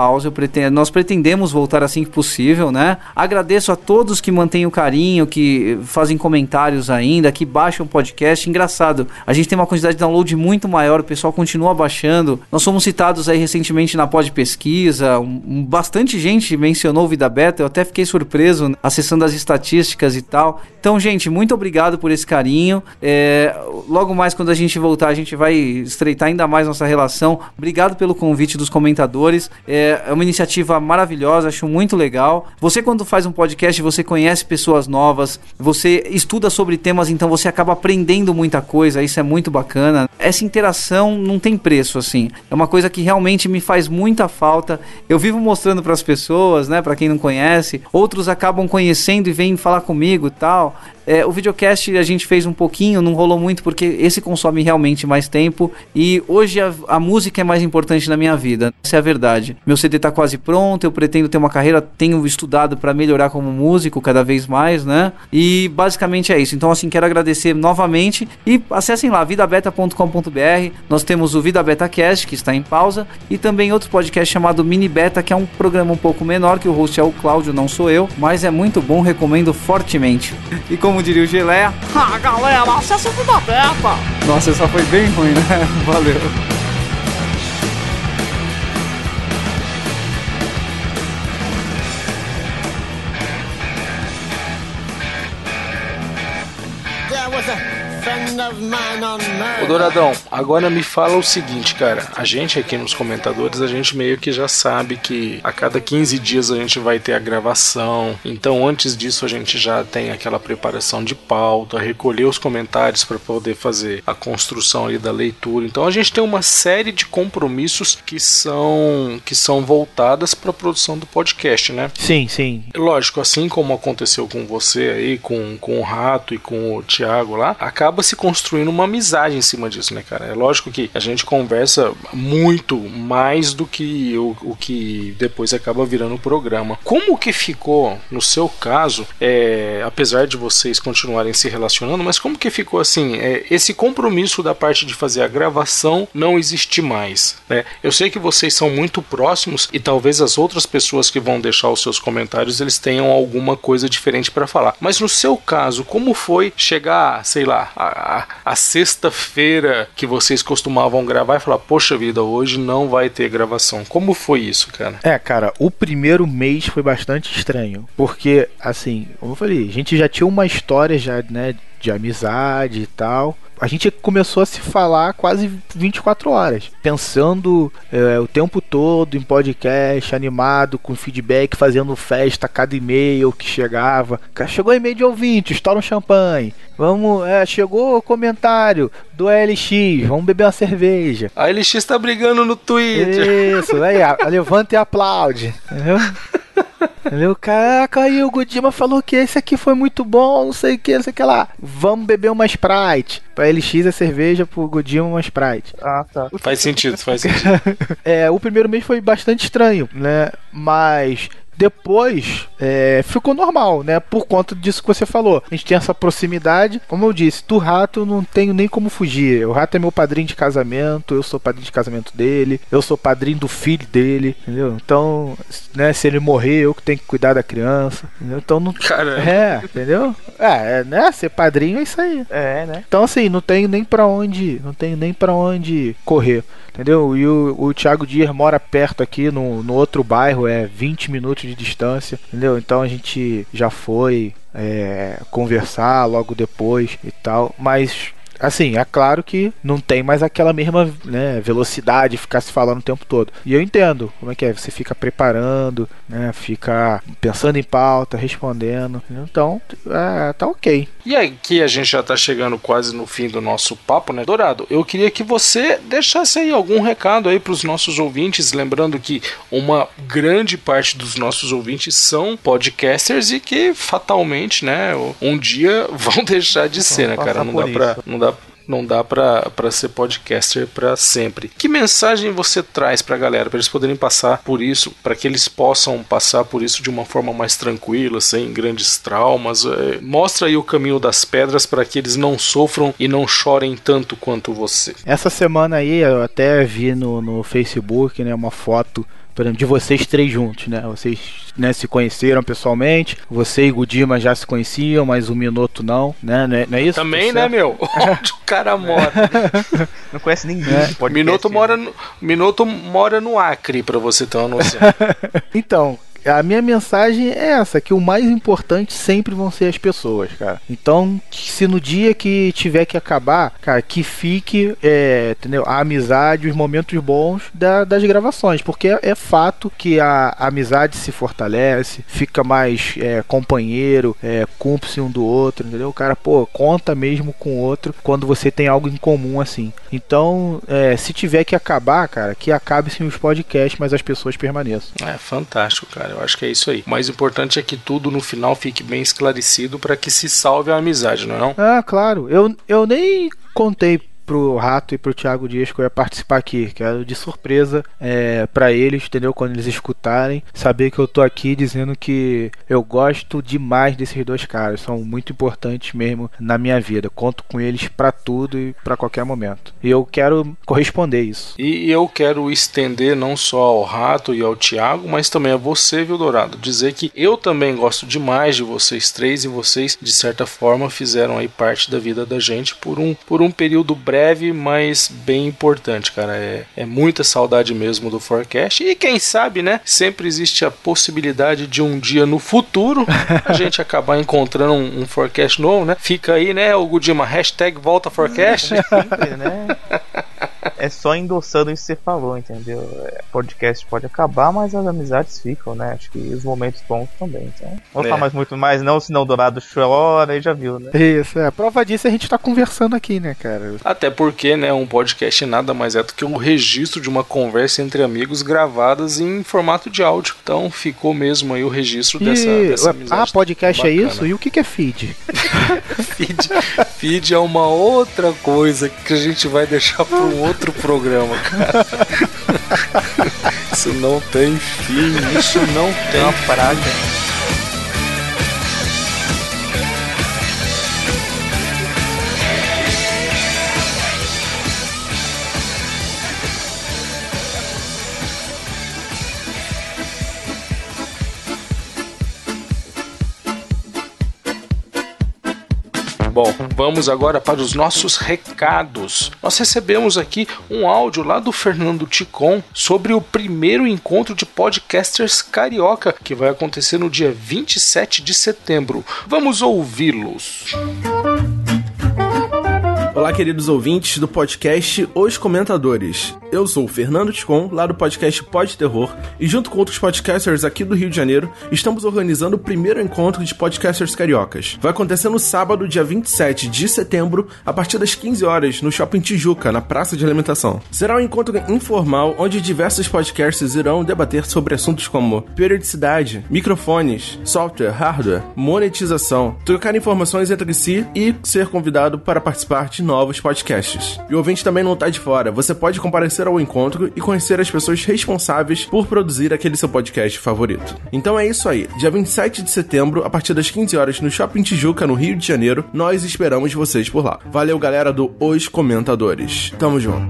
nós pretendemos voltar assim que possível, né? Agradeço a todos que mantêm o carinho, que fazem comentários ainda, que baixam o podcast. Engraçado, a gente tem uma quantidade de download muito maior, o pessoal continua baixando. Nós fomos citados aí recentemente na Pod Pesquisa, bastante gente mencionou o Vida Beta, eu até fiquei surpreso acessando as estatísticas e tal. Então, gente, muito obrigado por esse carinho. Logo mais, quando a gente voltar, a gente vai estreitar ainda mais nossa relação. Obrigado pelo convite dos comentadores. É uma iniciativa maravilhosa, acho muito legal. Você, quando faz um podcast, você conhece pessoas novas, você estuda sobre temas, então você acaba aprendendo muita coisa, isso é muito bacana. Essa interação não tem preço, assim. É uma coisa que realmente me faz muita falta. Eu vivo mostrando para as pessoas, né, para quem não conhece. Outros acabam conhecendo e vêm falar comigo e tal. O videocast a gente fez um pouquinho, não rolou muito porque esse consome realmente mais tempo e hoje a música é mais importante na minha vida, essa é a verdade. Meu CD tá quase pronto, eu pretendo ter uma carreira, tenho estudado para melhorar como músico cada vez mais, né? E basicamente é isso. Então assim, quero agradecer novamente e acessem lá vidabeta.com.br. Nós temos o Vida Beta Cast, que está em pausa, e também outro podcast chamado Mini Beta, que é um programa um pouco menor, que o host é o Cláudio, não sou eu, mas é muito bom, recomendo fortemente. E como diria o Geleia, galera, acessa o Vida Beta! Nossa, essa foi bem ruim, né? Valeu! Ô Douradão, agora me fala o seguinte, cara. A gente aqui nos comentadores, a gente meio que já sabe que a cada 15 dias a gente vai ter a gravação. Então antes disso a gente já tem aquela preparação de pauta, recolher os comentários para poder fazer a construção ali da leitura. Então a gente tem uma série de compromissos que são voltadas para a produção do podcast, né? Sim, sim. Lógico, assim como aconteceu com você aí, com o Rato e com o Thiago lá, acaba se construindo uma amizade em cima disso, né, cara? É lógico que a gente conversa muito mais do que o que depois acaba virando o programa. Como que ficou, no seu caso, apesar de vocês continuarem se relacionando, mas como que ficou assim, esse compromisso da parte de fazer a gravação não existe mais, né? Eu sei que vocês são muito próximos e talvez as outras pessoas que vão deixar os seus comentários, eles tenham alguma coisa diferente para falar. Mas no seu caso, como foi chegar, sei lá, a sexta-feira que vocês costumavam gravar e falar, poxa vida, hoje não vai ter gravação? Como foi isso, cara? Cara, o primeiro mês foi bastante estranho, porque, assim, como eu falei, a gente já tinha uma história já, né, de amizade e tal. A gente começou a se falar quase 24 horas, pensando o tempo todo em podcast, animado, com feedback, fazendo festa a cada e-mail que chegava. Chegou e-mail de ouvinte, estoura um champanhe. Vamos, chegou o comentário do LX, vamos beber uma cerveja. A LX tá brigando no Twitter. Isso, aí, levanta e aplaude, entendeu? Entendeu? Caraca, aí o Godima falou que esse aqui foi muito bom, não sei o que, não sei o que lá. Vamos beber uma Sprite. Pra LX é cerveja, pro Godima uma Sprite. Ah, tá. Faz sentido. O primeiro mês foi bastante estranho, né? Mas depois ficou normal, né? Por conta disso que você falou. A gente tem essa proximidade. Como eu disse, do Rato eu não tenho nem como fugir. O Rato é meu padrinho de casamento, eu sou padrinho de casamento dele, eu sou padrinho do filho dele, entendeu? Então, né, se ele morrer, eu que tenho que cuidar da criança, entendeu? Então não. Caramba. Entendeu? Né? Ser padrinho é isso aí. Né? Então, assim, não tenho nem pra onde correr. Entendeu? E o Thiago Dias mora perto aqui, no outro bairro, 20 minutos de distância, entendeu? Então a gente já foi conversar logo depois e tal, mas assim, é claro que não tem mais aquela mesma, né, velocidade, ficar se falando o tempo todo. E eu entendo como é que é. Você fica preparando, né, fica pensando em pauta, respondendo. Então, tá ok. E aqui a gente já tá chegando quase no fim do nosso papo, né, Dourado? Eu queria que você deixasse aí algum recado aí pros nossos ouvintes, lembrando que uma grande parte dos nossos ouvintes são podcasters e que fatalmente, né, um dia vão deixar de ser, né, cara? Não dá pra ser podcaster pra sempre. Que mensagem você traz pra galera, pra eles poderem passar por isso, pra que eles possam passar por isso de uma forma mais tranquila, sem grandes traumas? Mostra aí o caminho das pedras pra que eles não sofram e não chorem tanto quanto você. Essa semana aí eu até vi no Facebook, né, uma foto por exemplo, de vocês três juntos, né? Vocês, né, se conheceram pessoalmente, você e o Gudima já se conheciam, mas o Minoto não, né? Não é isso? Também, né, meu? Onde o cara mora? Não conhece ninguém de podcast. Minoto mora no Acre, pra você ter uma noção. Então, a minha mensagem é essa, que o mais importante sempre vão ser as pessoas, cara. Então, se no dia que tiver que acabar, cara, que fique, entendeu? A amizade, os momentos bons das gravações, porque é fato que a amizade se fortalece, fica mais companheiro, cúmplice um do outro, entendeu? O cara, pô, conta mesmo com o outro quando você tem algo em comum assim. Então, se tiver que acabar, cara, que acabe sim os podcasts, mas as pessoas permaneçam. É fantástico, cara. Eu acho que é isso aí. O mais importante é que tudo no final fique bem esclarecido para que se salve a amizade, não é não? Ah, claro. Eu nem contei pro Rato e pro Thiago Dias que eu ia participar aqui, que era de surpresa pra eles, entendeu? Quando eles escutarem, saber que eu tô aqui dizendo que eu gosto demais desses dois caras, são muito importantes mesmo na minha vida, conto com eles pra tudo e pra qualquer momento, e eu quero corresponder isso. E eu quero estender não só ao Rato e ao Thiago, mas também a você, viu, Dourado, dizer que eu também gosto demais de vocês três, e vocês, de certa forma, fizeram aí parte da vida da gente por um período breve, mas bem importante, cara. É muita saudade mesmo do Forecast, e quem sabe, né, sempre existe a possibilidade de um dia no futuro a gente acabar encontrando um Forecast novo, né? Fica aí, né, o Gudima, #volta Forecast. Sempre, né? É só endossando isso que você falou, entendeu? Podcast pode acabar, mas as amizades ficam, né? Acho que os momentos bons também. Então, não vou falar muito mais não, senão o Dourado chora e já viu, né? Isso, prova disso a gente tá conversando aqui, né, cara? Até porque, né, um podcast nada mais é do que um registro de uma conversa entre amigos gravadas em formato de áudio. Então ficou mesmo aí o registro dessa amizade. Ah, podcast bacana. É isso? E o que é feed? Feed é uma outra coisa que a gente vai deixar para um outro programa, cara. Isso não tem fim, isso não tem uma praga. Bom, vamos agora para os nossos recados. Nós recebemos aqui um áudio lá do Fernando Ticon sobre o primeiro encontro de podcasters carioca, que vai acontecer no dia 27 de setembro. Vamos ouvi-los. Olá, queridos ouvintes do podcast Os Comentadores. Eu sou o Fernando Ticon, lá do podcast Pod Terror, e junto com outros podcasters aqui do Rio de Janeiro, estamos organizando o primeiro encontro de podcasters cariocas. Vai acontecer no sábado, dia 27 de setembro, a partir das 15 horas, no Shopping Tijuca, na Praça de Alimentação. Será um encontro informal, onde diversos podcasters irão debater sobre assuntos como periodicidade, microfones, software, hardware, monetização, trocar informações entre si e ser convidado para participar de novos podcasts. E o ouvinte também não tá de fora. Você pode comparecer ao encontro e conhecer as pessoas responsáveis por produzir aquele seu podcast favorito. Então é isso aí. Dia 27 de setembro, a partir das 15 horas, no Shopping Tijuca, no Rio de Janeiro, nós esperamos vocês por lá. Valeu, galera do Os Comentadores. Tamo junto.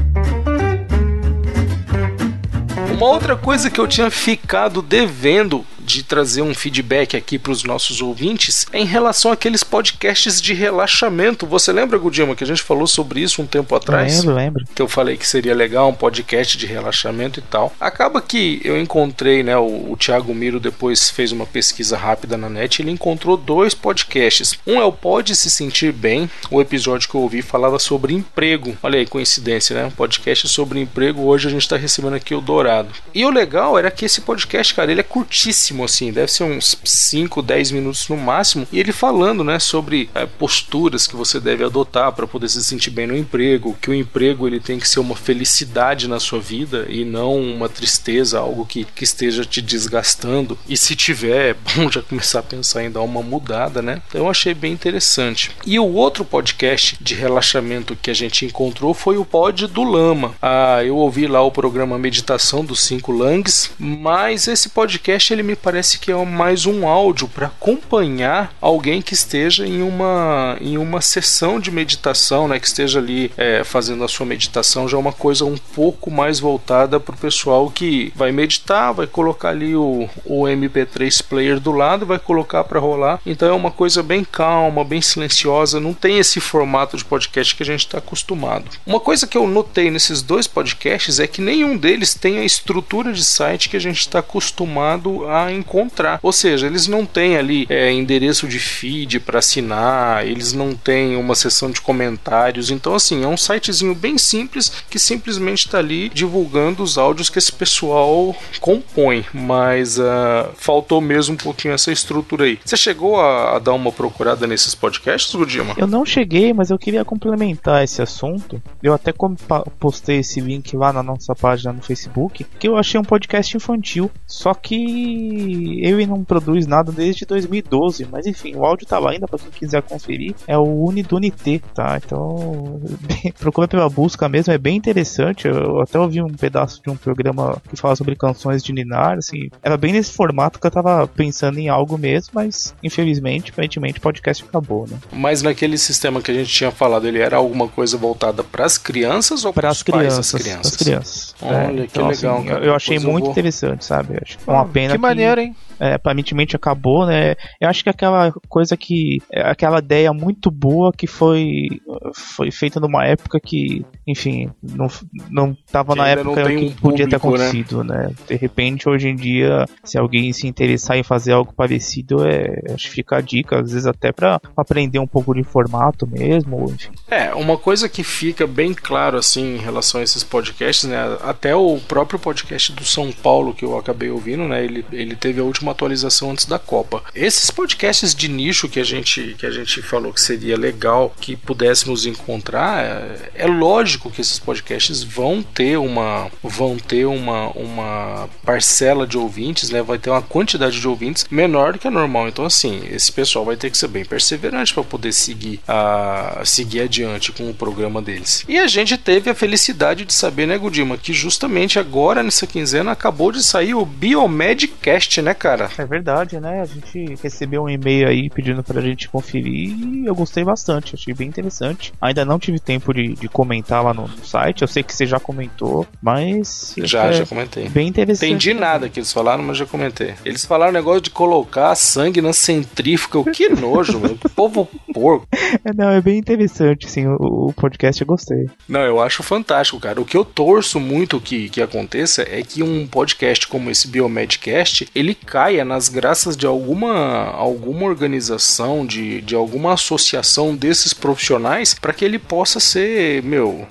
Uma outra coisa que eu tinha ficado devendo de trazer um feedback aqui para os nossos ouvintes é em relação àqueles podcasts de relaxamento. Você lembra, Gudima, que a gente falou sobre isso um tempo atrás? Lembro. Que eu falei que seria legal um podcast de relaxamento e tal. Acaba que eu encontrei, né, o Thiago Miro depois fez uma pesquisa rápida na net e ele encontrou 2 podcasts. Um é o Pode Se Sentir Bem, o episódio que eu ouvi falava sobre emprego. Olha aí, coincidência, né? Um podcast sobre emprego. Hoje a gente está recebendo aqui o Dourado. E o legal era que esse podcast, cara, ele é curtíssimo, assim, deve ser uns 5, 10 minutos no máximo, e ele falando, né, sobre posturas que você deve adotar para poder se sentir bem no emprego, que o emprego ele tem que ser uma felicidade na sua vida e não uma tristeza, algo que esteja te desgastando, e se tiver, é bom já começar a pensar em dar uma mudada, né? Então eu achei bem interessante. E o outro podcast de relaxamento que a gente encontrou foi o Pod do Lama. Eu ouvi lá o programa Meditação dos 5 Langs, mas esse podcast ele me parece que é mais um áudio para acompanhar alguém que esteja em uma sessão de meditação, né, que esteja ali fazendo a sua meditação. Já é uma coisa um pouco mais voltada para o pessoal que vai meditar, vai colocar ali o MP3 player do lado, vai colocar para rolar. Então é uma coisa bem calma, bem silenciosa, não tem esse formato de podcast que a gente está acostumado. Uma coisa que eu notei nesses dois podcasts é que nenhum deles tem a estrutura de site que a gente está acostumado a encontrar. Ou seja, eles não têm ali endereço de feed para assinar, eles não têm uma seção de comentários. Então, assim, é um sitezinho bem simples que simplesmente está ali divulgando os áudios que esse pessoal compõe. Mas faltou mesmo um pouquinho essa estrutura aí. Você chegou a dar uma procurada nesses podcasts, Gudima? Eu não cheguei, mas eu queria complementar esse assunto. Eu até postei esse link lá na nossa página no Facebook, que eu achei um podcast infantil, só que ele não produz nada desde 2012, mas enfim, o áudio tá lá ainda pra quem quiser conferir, é o Unidunité, tá? Então, procura pela busca mesmo, é bem interessante. Eu até ouvi um pedaço de um programa que fala sobre canções de Ninar, assim, era bem nesse formato que eu tava pensando em algo mesmo, mas infelizmente, aparentemente, o podcast acabou, né? Mas naquele sistema que a gente tinha falado, ele era alguma coisa voltada pras crianças ou pras crianças? As crianças. Olha, que então, legal, assim, cara. eu achei muito interessante, sabe? Acho que é uma pena que maneiro, hein? Aparentemente acabou, né? Eu acho que aquela coisa que... aquela ideia muito boa que foi feita numa época que, enfim, não tava na época que podia ter acontecido, né? De repente, hoje em dia, se alguém se interessar em fazer algo parecido, acho que fica a dica, às vezes até pra aprender um pouco de formato mesmo, enfim. Uma coisa que fica bem claro, assim, em relação a esses podcasts, né? Até o próprio podcast do São Paulo, que eu acabei ouvindo, né? Ele teve a última atualização antes da Copa. Esses podcasts de nicho que a gente falou que seria legal que pudéssemos encontrar, é lógico que esses podcasts vão ter uma parcela de ouvintes, né? Vai ter uma quantidade de ouvintes menor do que a normal. Então, assim, esse pessoal vai ter que ser bem perseverante para poder seguir adiante com o programa deles. E a gente teve a felicidade de saber, né, Gudima, que justamente agora, nessa quinzena, acabou de sair o Biomedcast, né, cara? É verdade, né? A gente recebeu um e-mail aí pedindo pra gente conferir e eu gostei bastante, achei bem interessante. Ainda não tive tempo de comentar lá no site, eu sei que você já comentou, mas... Já comentei. Bem interessante. Entendi nada que eles falaram, mas já comentei. Eles falaram o negócio de colocar sangue na centrífuga, o que nojo, mano. Que povo porco. Não, é bem interessante, assim, o podcast eu gostei. Não, eu acho fantástico, cara. O que eu torço muito que aconteça é que um podcast como esse Biomedcast, ele caia nas graças de alguma organização, de alguma associação desses profissionais, para que ele possa ser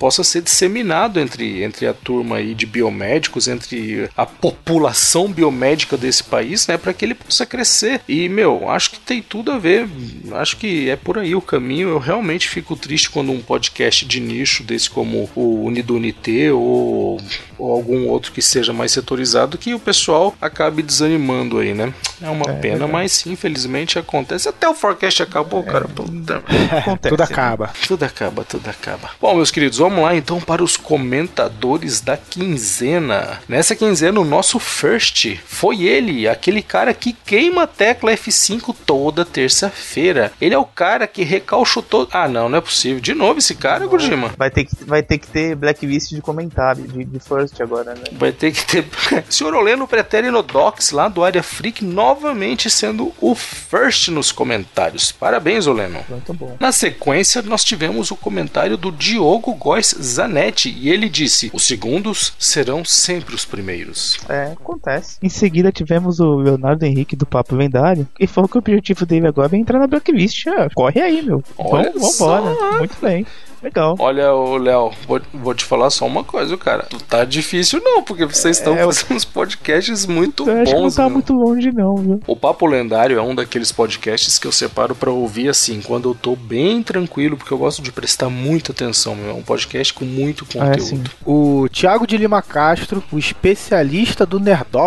disseminado entre a turma aí de biomédicos, entre a população biomédica desse país, né, para que ele possa crescer. E, acho que tem tudo a ver, acho que é por aí o caminho. Eu realmente fico triste quando um podcast de nicho desse como o Unidunité ou algum outro que seja mais setorizado, que o pessoal acabe desanimando aí, né? É uma pena, mas infelizmente acontece. Até o Forecast acabou, cara. Acontece, tudo acaba. Tudo acaba. Bom, meus queridos, vamos lá então para os comentadores da quinzena. Nessa quinzena, o nosso first foi ele, aquele cara que queima a tecla F5 toda terça-feira. Ele é o cara que recalchutou... não é possível. De novo esse cara, Gudima? Vai ter que ter blacklist de comentário, de first agora, né? Vai ter que ter... Senhor Oleno Pretérino Docs, lá do Área Freak, novamente sendo o first nos comentários. Parabéns, Oleno. Muito bom. Na sequência, nós tivemos o comentário do Diogo Góes Zanetti, e ele disse: os segundos serão sempre os primeiros. Acontece. Em seguida, tivemos o Leonardo Henrique do Papo Lendário, que falou que o objetivo dele agora é entrar na blacklist. Corre aí, meu. Vambora. Muito bem. Legal. Olha, Léo, vou te falar só uma coisa, cara. Tu tá difícil não, porque vocês estão fazendo uns podcasts muito bons. Acho que não tá muito longe não, viu? O Papo Lendário é um daqueles podcasts que eu separo pra ouvir assim, quando eu tô bem tranquilo, porque eu gosto de prestar muita atenção, meu. É um podcast com muito conteúdo. O Thiago de Lima Castro, o especialista do Nerdópolis,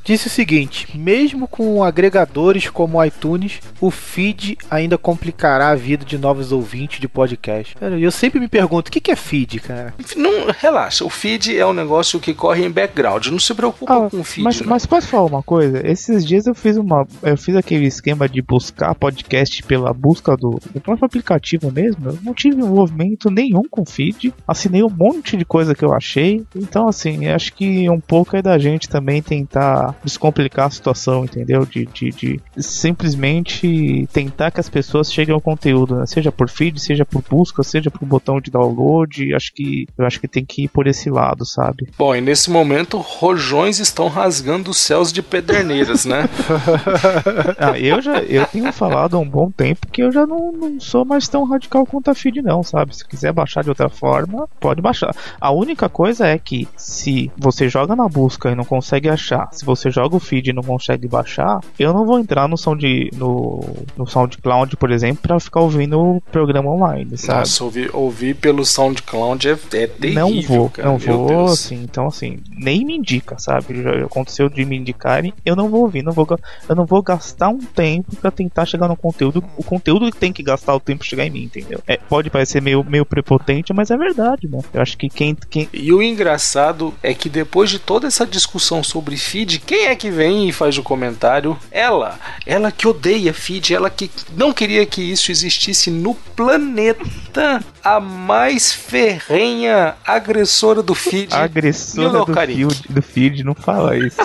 disse o seguinte: mesmo com agregadores como o iTunes, o feed ainda complicará a vida de novos ouvintes de podcast. Cara, eu sempre me pergunto, o que é feed, cara? Não, relaxa, o feed é um negócio que corre em background, não se preocupa com o feed. Mas posso falar uma coisa? Esses dias eu fiz aquele esquema de buscar podcast pela busca do próprio aplicativo mesmo. Eu não tive envolvimento nenhum com o feed, assinei um monte de coisa que eu achei. Então, assim, acho que um pouco é da gente também tentar descomplicar a situação, entendeu? De simplesmente tentar que as pessoas cheguem ao conteúdo, né? Seja por feed, seja por busca, seja por botão de download. Eu acho que tem que ir por esse lado, sabe? Bom, e nesse momento, rojões estão rasgando os céus de Pederneiras, né? Eu tenho falado há um bom tempo que eu já não sou mais tão radical quanto a feed, não, sabe? Se quiser baixar de outra forma, pode baixar. A única coisa é que se você joga na busca e não consegue achar, se você joga o feed e não consegue baixar, eu não vou entrar no SoundCloud, por exemplo, pra ficar ouvindo o programa online, sabe? Nossa, ouvir pelo SoundCloud é terrível, não vou, assim, então assim, nem me indica, sabe? Já aconteceu de me indicarem, eu não vou ouvir, eu não vou gastar um tempo pra tentar chegar no conteúdo. O conteúdo tem que gastar o tempo pra chegar em mim, entendeu? Pode parecer meio prepotente, mas é verdade, né? Eu acho que quem... E o engraçado é que depois de toda essa discussão sobre feed, quem é que vem e faz o comentário? Ela que odeia feed, ela que não queria que isso existisse no planeta, a mais ferrenha agressora do feed. Agressora do feed, não fala isso.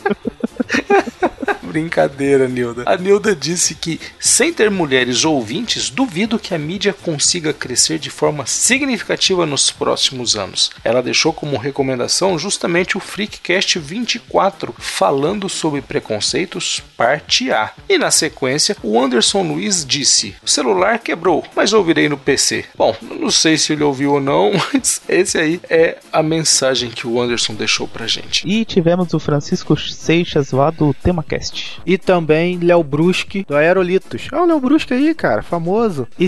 Brincadeira, Nilda. A Nilda disse que, sem ter mulheres ouvintes, duvido que a mídia consiga crescer de forma significativa nos próximos anos. Ela deixou como recomendação justamente o Freakcast 24, falando sobre preconceitos, parte A. E na sequência, o Anderson Luiz disse: o celular quebrou, mas ouvirei no PC. Bom, não sei se ele ouviu ou não, mas esse aí é a mensagem que o Anderson deixou pra gente. E tivemos o Francisco Seixas lá do TemaCast. E também Léo Bruschi do Aerolitos. O Léo Bruschi aí, cara, famoso. E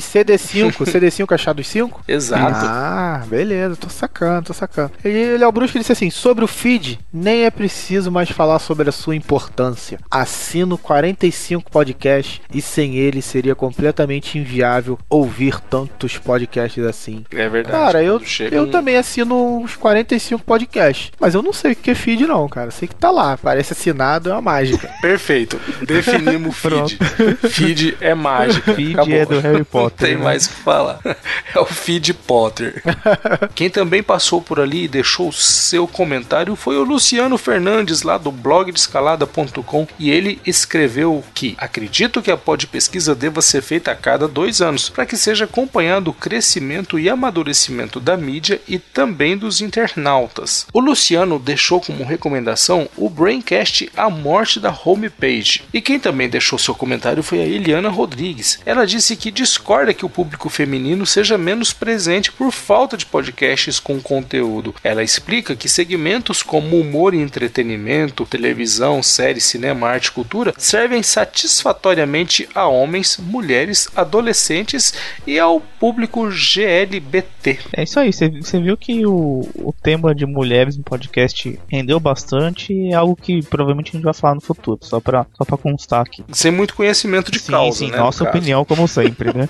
CD5 Achados 5? Exato. Ah, beleza, tô sacando. E Léo Bruschi disse assim: sobre o feed, nem é preciso mais falar sobre a sua importância. Assino 45 podcasts e sem ele seria completamente inviável ouvir tantos podcasts assim. É verdade. Cara, eu também assino uns 45 podcasts, mas eu não sei o que é feed não, cara. Sei que tá lá, parece assinado, é uma mágica. Perfeito, definimos feed. Feed é mágica. Feed acabou. É do Harry Potter. Não tem mais o que falar. É o Feed Potter. Quem também passou por ali e deixou o seu comentário foi o Luciano Fernandes, lá do blogdescalada.com, e ele escreveu que acredito que a Podpesquisa deva ser feita a cada 2 anos, para que seja acompanhado o crescimento e amadurecimento da mídia e também dos internautas. O Luciano deixou como recomendação o Braincast A Morte da Homepage. E quem também deixou seu comentário foi a Eliana Rodrigues. Ela disse que discorda que o público feminino seja menos presente por falta de podcasts com conteúdo. Ela explica que segmentos como humor e entretenimento, televisão, série, cinema, arte e cultura servem satisfatoriamente a homens, mulheres, adolescentes e ao público GLBT. É isso aí, você viu que o tema de mulheres no podcast rendeu bastante e é algo que provavelmente a gente vai falar no futuro, só pra constar aqui. Sem muito conhecimento de causa, sim, né? Nossa opinião, como sempre, né?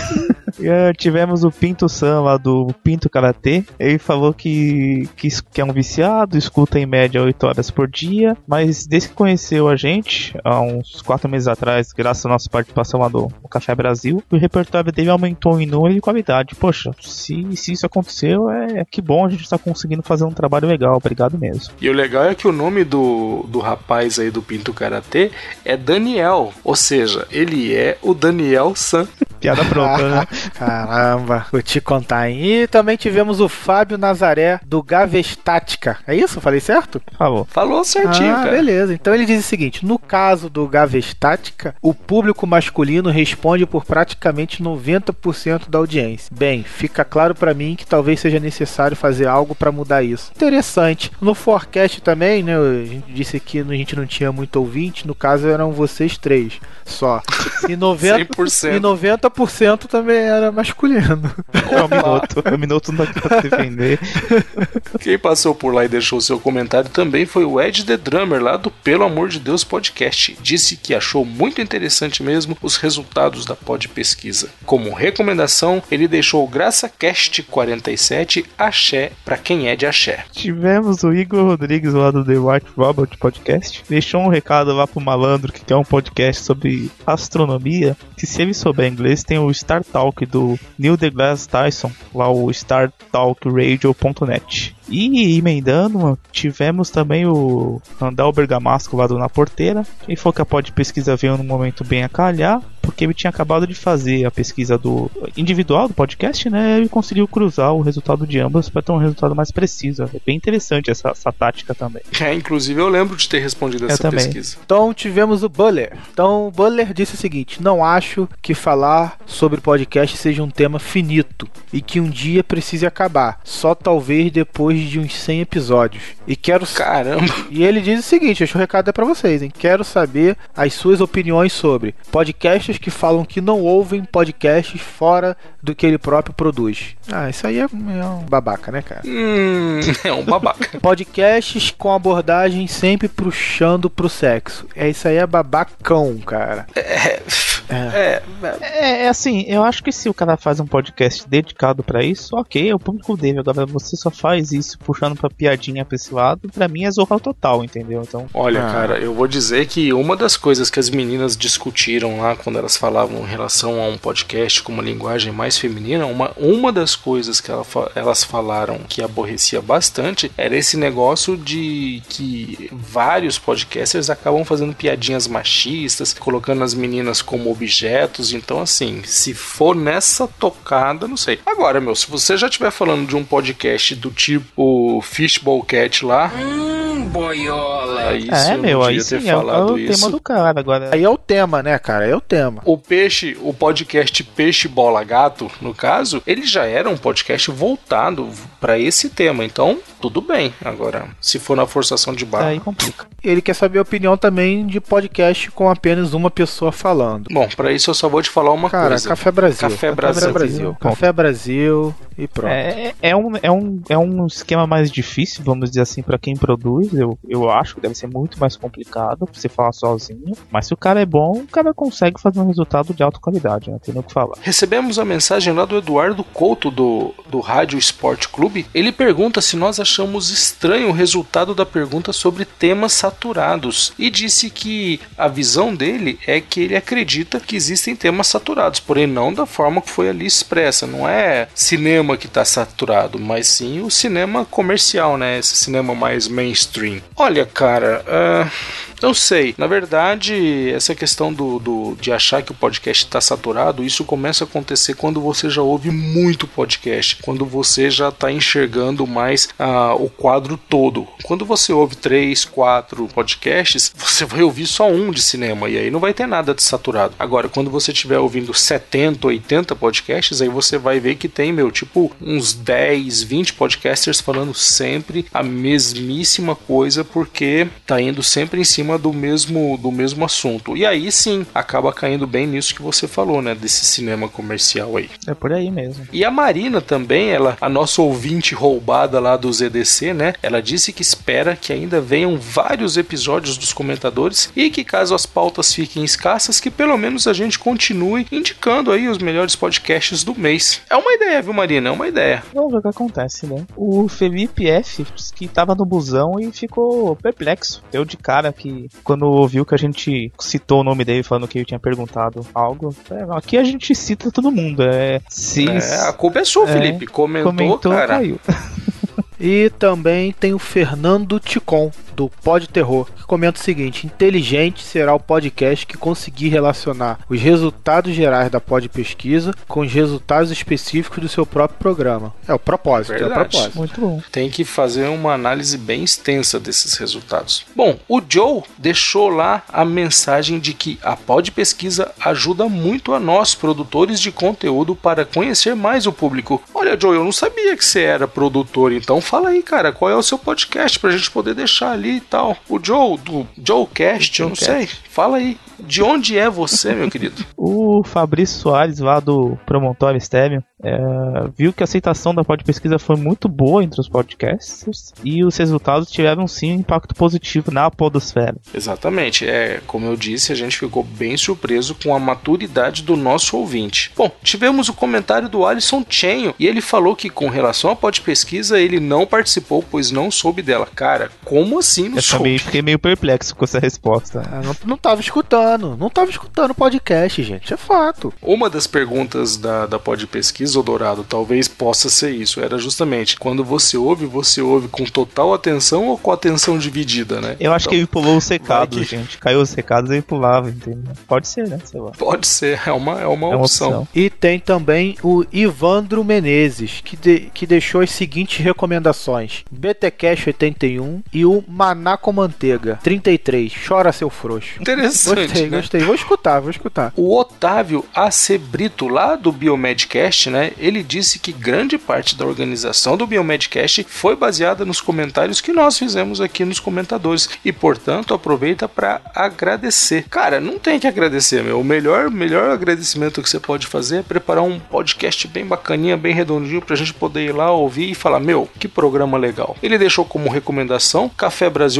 Tivemos o Pinto San lá do Pinto Karatê. Ele falou que é um viciado, escuta em média 8 horas por dia, mas desde que conheceu a gente, há uns 4 meses atrás, graças à nossa participação lá no Café Brasil, o repertório dele aumentou em número e qualidade. Poxa, se isso aconteceu, que bom, a gente está conseguindo fazer um trabalho legal, obrigado mesmo. E o legal é que o nome do rapaz aí do Pinto Karatê é Daniel, ou seja, ele é o Daniel San. Piada pronta, né? Caramba, vou te contar, hein? E também tivemos o Fábio Nazaré do Gavestática. É isso? Falei certo? Falou certinho, cara. Beleza. Então ele diz o seguinte: no caso do Gavestática, o público masculino responde por praticamente 90% da audiência. Bem, fica claro pra mim que talvez seja necessário fazer algo pra mudar isso. Interessante. No Forecast também, né? A gente disse que a gente não tinha muito ouvinte. No caso eram vocês 3 só. E 90% também era masculino. O Minoto não dá pra defender. Quem passou por lá e deixou seu comentário também foi o Ed The Drummer, lá do Pelo Amor de Deus Podcast. Disse que achou muito interessante mesmo os resultados da Pod Pesquisa. Como recomendação, ele deixou o GraçaCast 47 Axé pra quem é de axé. Tivemos o Igor Rodrigues lá do The White Robot Podcast. Deixou um recado lá pro Malandro, que tem um podcast sobre astronomia, que se ele souber inglês tem o Star Talk do Neil deGrasse Tyson, lá o StarTalkRadio.net. E emendando, tivemos também o Randall Bergamasco lá do Na Porteira. Ele falou que a Pod Pesquisa veio num momento bem a calhar, porque ele tinha acabado de fazer a pesquisa do individual do podcast, né? E conseguiu cruzar o resultado de ambas para ter um resultado mais preciso. É bem interessante essa tática também. Inclusive eu lembro de ter respondido essa pesquisa. Então tivemos o Buller. Então o Buller disse o seguinte: não acho que falar sobre podcast seja um tema finito e que um dia precise acabar. Só talvez depois de uns 100 episódios. E quero... Caramba! E ele diz o seguinte, acho que o recado é pra vocês, hein? Quero saber as suas opiniões sobre podcasts que falam que não ouvem podcasts fora do que ele próprio produz. Isso aí é um babaca, né, cara? É um babaca. Podcasts com abordagem sempre puxando pro sexo. Isso aí é babacão, cara. Assim, eu acho que se o cara faz um podcast dedicado pra isso, ok, é o público dele. Agora você só faz isso puxando pra piadinha pra esse lado, pra mim é zorra total, entendeu? Então, olha, cara, eu vou dizer que uma das coisas que as meninas discutiram lá quando elas falavam em relação a um podcast com uma linguagem mais feminina, uma das coisas que elas falaram que aborrecia bastante era esse negócio de que vários podcasters acabam fazendo piadinhas machistas, colocando as meninas como objetos. Então, assim, se for nessa tocada, não sei. Agora, se você já estiver falando de um podcast do tipo Fishbowl Cat lá, boiola. Aí sim, é o tema do cara agora. Aí é o tema, né, cara? É o tema. O podcast Peixe Bola Gato, no caso, ele já era um podcast voltado pra esse tema. Então, tudo bem. Agora, se for na forçação de barra, aí complica. Ele quer saber a opinião também de podcast com apenas uma pessoa falando. Bom, pra isso eu só vou te falar uma coisa. Café Brasil. Café Brasil. Café Brasil e pronto. É um esquema mais difícil, vamos dizer assim, pra quem produz. Eu acho que deve ser muito mais complicado pra você falar sozinho. Mas se o cara é bom, o cara consegue fazer um resultado de alta qualidade, né? Tem nem o que falar. Recebemos a mensagem lá do Eduardo Couto, do Rádio Esporte Clube. Ele pergunta se nós achamos estranho o resultado da pergunta sobre temas saturados. E disse que a visão dele é que ele acredita que existem temas saturados, porém não da forma que foi ali expressa. Não é cinema que está saturado, mas sim o cinema comercial, né? Esse cinema mais mainstream. Olha, cara, não sei. Na verdade, essa questão de achar que o podcast está saturado, isso começa a acontecer quando você já ouve muito podcast, quando você já está enxergando mais o quadro todo. Quando você ouve 3, 4 podcasts, você vai ouvir só um de cinema, e aí não vai ter nada de saturado. Agora, quando você estiver ouvindo 70, 80 podcasts, aí você vai ver que tem, tipo, uns 10, 20 podcasters falando sempre a mesmíssima coisa, porque tá indo sempre em cima do mesmo assunto. E aí sim, acaba caindo bem nisso que você falou, né? Desse cinema comercial aí. É por aí mesmo. E a Marina também, a nossa ouvinte roubada lá do ZDC, né? Ela disse que espera que ainda venham vários episódios dos comentadores e que caso as pautas fiquem escassas, que pelo menos a gente continue indicando aí os melhores podcasts do mês. É uma ideia, viu, Marina? É uma ideia. Vamos ver o que acontece, né? O Felipe F, que tava no busão e ficou perplexo. Deu de cara que quando ouviu que a gente citou o nome dele falando que ele tinha perguntado algo. Aqui a gente cita todo mundo. A culpa é sua, Felipe. Comentou, cara. Caiu. E também tem o Fernando Ticon, do Pod Terror, que comenta o seguinte: inteligente será o podcast que conseguir relacionar os resultados gerais da Pod Pesquisa com os resultados específicos do seu próprio programa. É o propósito. Verdade. É o propósito. Muito bom. Tem que fazer uma análise bem extensa desses resultados. Bom, o Joe deixou lá a mensagem de que a Pod Pesquisa ajuda muito a nós, produtores de conteúdo, para conhecer mais o público. Olha, Joe, eu não sabia que você era produtor, então fala aí, cara, qual é o seu podcast pra gente poder deixar ali e tal. O Joe, do Joecast, eu não sei. Fala aí. de onde é você, meu querido? O Fabrício Soares, lá do Promontório Estéreo, viu que a aceitação da Podpesquisa foi muito boa entre os podcasters e os resultados tiveram sim um impacto positivo na podosfera. Exatamente, como eu disse, a gente ficou bem surpreso com a maturidade do nosso ouvinte. Bom, tivemos o comentário do Alisson Chenho e ele falou que com relação à Podpesquisa ele não participou, pois não soube dela. Cara, como assim não soube? Eu também fiquei meio perplexo com essa resposta. Não tava escutando o podcast, gente, é fato. Uma das perguntas da Podpesquisa, Dourado, talvez possa ser isso, era justamente quando você ouve com total atenção ou com atenção dividida, né? Eu acho que ele pulou os recados, gente. Caiu os recados e ele pulava, entendeu? Pode ser, né? Sei lá. Pode ser, é uma opção. E tem também o Ivandro Menezes, que deixou as seguintes recomendações: BTCast 81 e o Maná com Manteiga 33, Chora Seu Frouxo. Interessante, Gostei, vou escutar. O Otávio AC Brito, lá do Biomedcast, né? Ele disse que grande parte da organização do Biomedcast foi baseada nos comentários que nós fizemos aqui nos comentadores e, portanto, aproveita para agradecer. Cara, não tem que agradecer, meu. O melhor agradecimento que você pode fazer é preparar um podcast bem bacaninha, bem redondinho, pra gente poder ir lá ouvir e falar, meu, que programa legal. Ele deixou como recomendação Café Brasil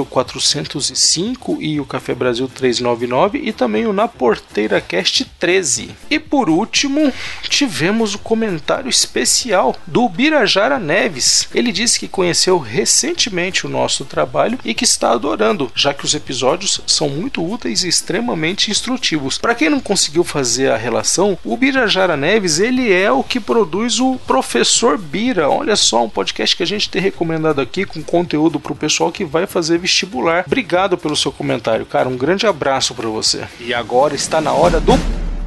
405 e o Café Brasil 399 e também o Na Porteira Cast 13. E por último, tivemos o comentário especial do Birajara Neves. Ele disse que conheceu recentemente o nosso trabalho e que está adorando, já que os episódios são muito úteis e extremamente instrutivos. Para quem não conseguiu fazer a relação, o Birajara Neves, ele é o que produz o Professor Bira. Olha só, um podcast que a gente tem recomendado aqui com conteúdo para o pessoal que vai fazer vestibular. Obrigado pelo seu comentário, cara. Um grande abraço para você. E agora está na hora do...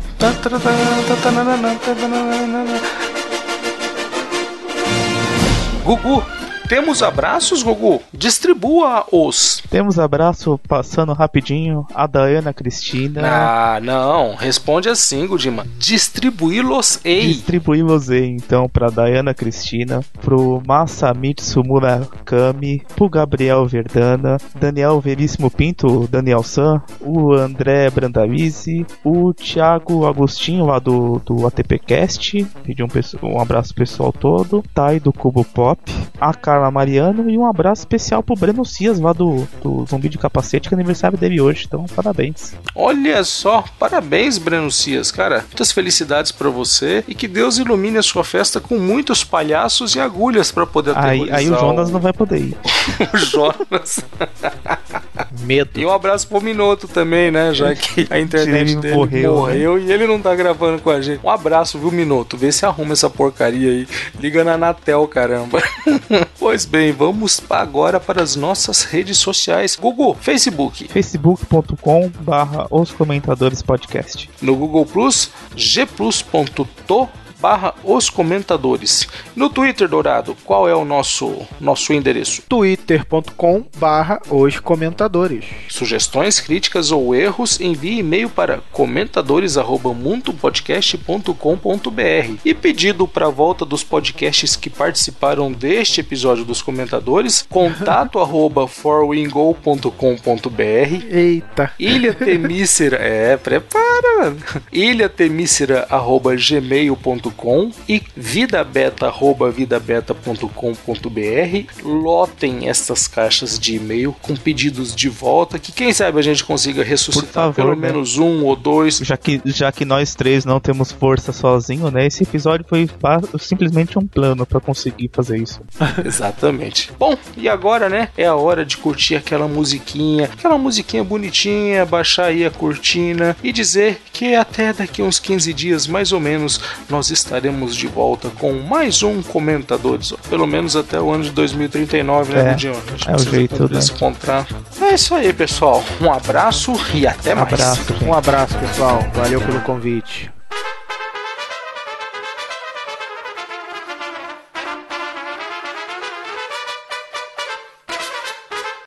Gugu, temos abraços, Gugu? Distribua-os. Temos abraço, passando rapidinho, a Daiana Cristina. Ah, não. Responde assim, Gudima. Distribuí-los-ei. Distribuí-los-ei, então, pra Daiana Cristina, pro Masamitsu Murakami, pro Gabriel Verdana, Daniel Veríssimo Pinto, Daniel San, o André Brandavise, o Thiago Agostinho, lá do ATPcast, pedi um abraço pessoal todo, Thay do Cubo Pop, a Carla Mariano e um abraço especial pro Breno Cias, lá do Zumbi de Capacete, que é aniversário dele hoje, então parabéns. Olha só, parabéns, Breno Cias, cara, muitas felicidades pra você e que Deus ilumine a sua festa com muitos palhaços e agulhas pra poder aterrorizar. Aí o Jonas não vai poder ir. O Jonas. Medo. E um abraço pro Minoto também, né, já que a internet dele morreu e ele não tá gravando com a gente. Um abraço, viu, Minoto? Vê se arruma essa porcaria aí. Liga na Anatel, caramba. Pois bem, vamos agora para as nossas redes sociais. Google, facebook.com/Os Comentadores Podcast. No Google Plus, gplus.to/Os Comentadores. No Twitter, Dourado, qual é o nosso endereço? twitter.com/Os Comentadores. Sugestões, críticas ou erros, envie e-mail para comentadores@mundopodcast.com.br. E pedido para a volta dos podcasts que participaram deste episódio dos Comentadores, contato@forwingo.com.br. Eita. Ilha Temícera, prepara, ilhatemícera@gmail.com e vidabeta@vidabeta.com.br. Lotem estas caixas de e-mail com pedidos de volta, que quem sabe a gente consiga ressuscitar pelo menos um ou dois. Já que nós três não temos força sozinho, né? Esse episódio foi simplesmente um plano para conseguir fazer isso. Exatamente. Bom, e agora, né? É a hora de curtir aquela musiquinha bonitinha, baixar aí a cortina e dizer que até daqui uns 15 dias, mais ou menos, nós estaremos de volta com mais um Comentadores, pelo menos até o ano de 2039, né, Gudião? É o jeito, né? Esse contrato. É isso aí, pessoal. Um abraço e até mais. Um abraço, pessoal. Valeu pelo convite.